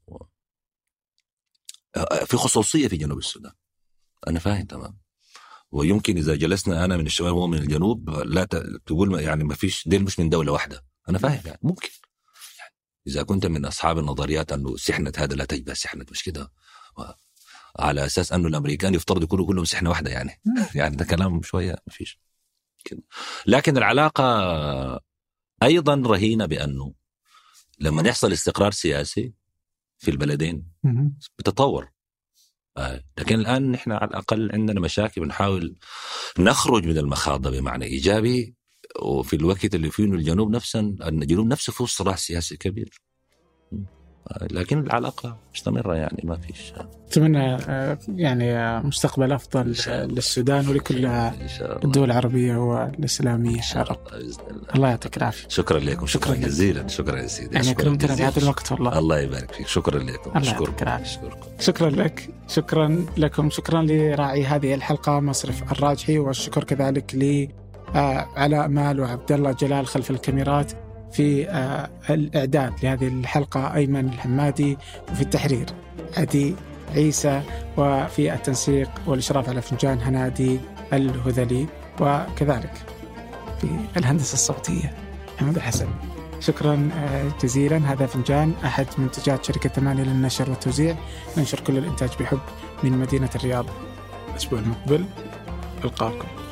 في خصوصية في جنوب السودان، أنا فاهم تمام، ويمكن إذا جلسنا أنا من الشمال وهو من الجنوب لا تقول يعني ما فيش ديل مش من دولة واحدة. أنا فاهم يعني ممكن يعني إذا كنت من أصحاب النظريات أنه سحنة هذا لا تجبه سحنة مش كده، على أساس أنه الأمريكان يفترض يكونوا كلهم سحنة واحدة يعني يعني ده كلام شوية ما فيش كده. لكن العلاقة أيضا رهينة بأنه لما يحصل استقرار سياسي في البلدين بتطور. لكن الآن نحن على الأقل عندنا مشاكل، بنحاول نخرج من المخاضة بمعنى إيجابي، وفي الوقت اللي فيه الجنوب نفسه فيه صراع سياسي كبير، لكن العلاقة مستمرة يعني ما فيش. أتمنى يعني مستقبل أفضل للسودان ولكل الدول العربية والإسلامية إن شاء الله. الله يعطيك العافية. شكرا لكم، شكرا جزيلا. شكرا يا سيدي، يعني أكرمتنا بهذا الوقت والله. الله يبارك فيك. شكرا لكم. أشكركم. شكرا لك، شكرا لكم، شكرا لراعي هذه الحلقة مصرف الراجحي، والشكر كذلك لعلاء مال وعبد الله جلال خلف الكاميرات، في الإعداد لهذه الحلقة أيمن الحمادي، وفي التحرير عدي عيسى، وفي التنسيق والإشراف على فنجان هنادي الهذلي، وكذلك في الهندسة الصوتية محمد الحسن. شكرا جزيلا. هذا فنجان أحد منتجات شركة 8 للنشر والتوزيع، ننشر كل الإنتاج بحب من مدينة الرياض. الأسبوع المقبل ألقاكم.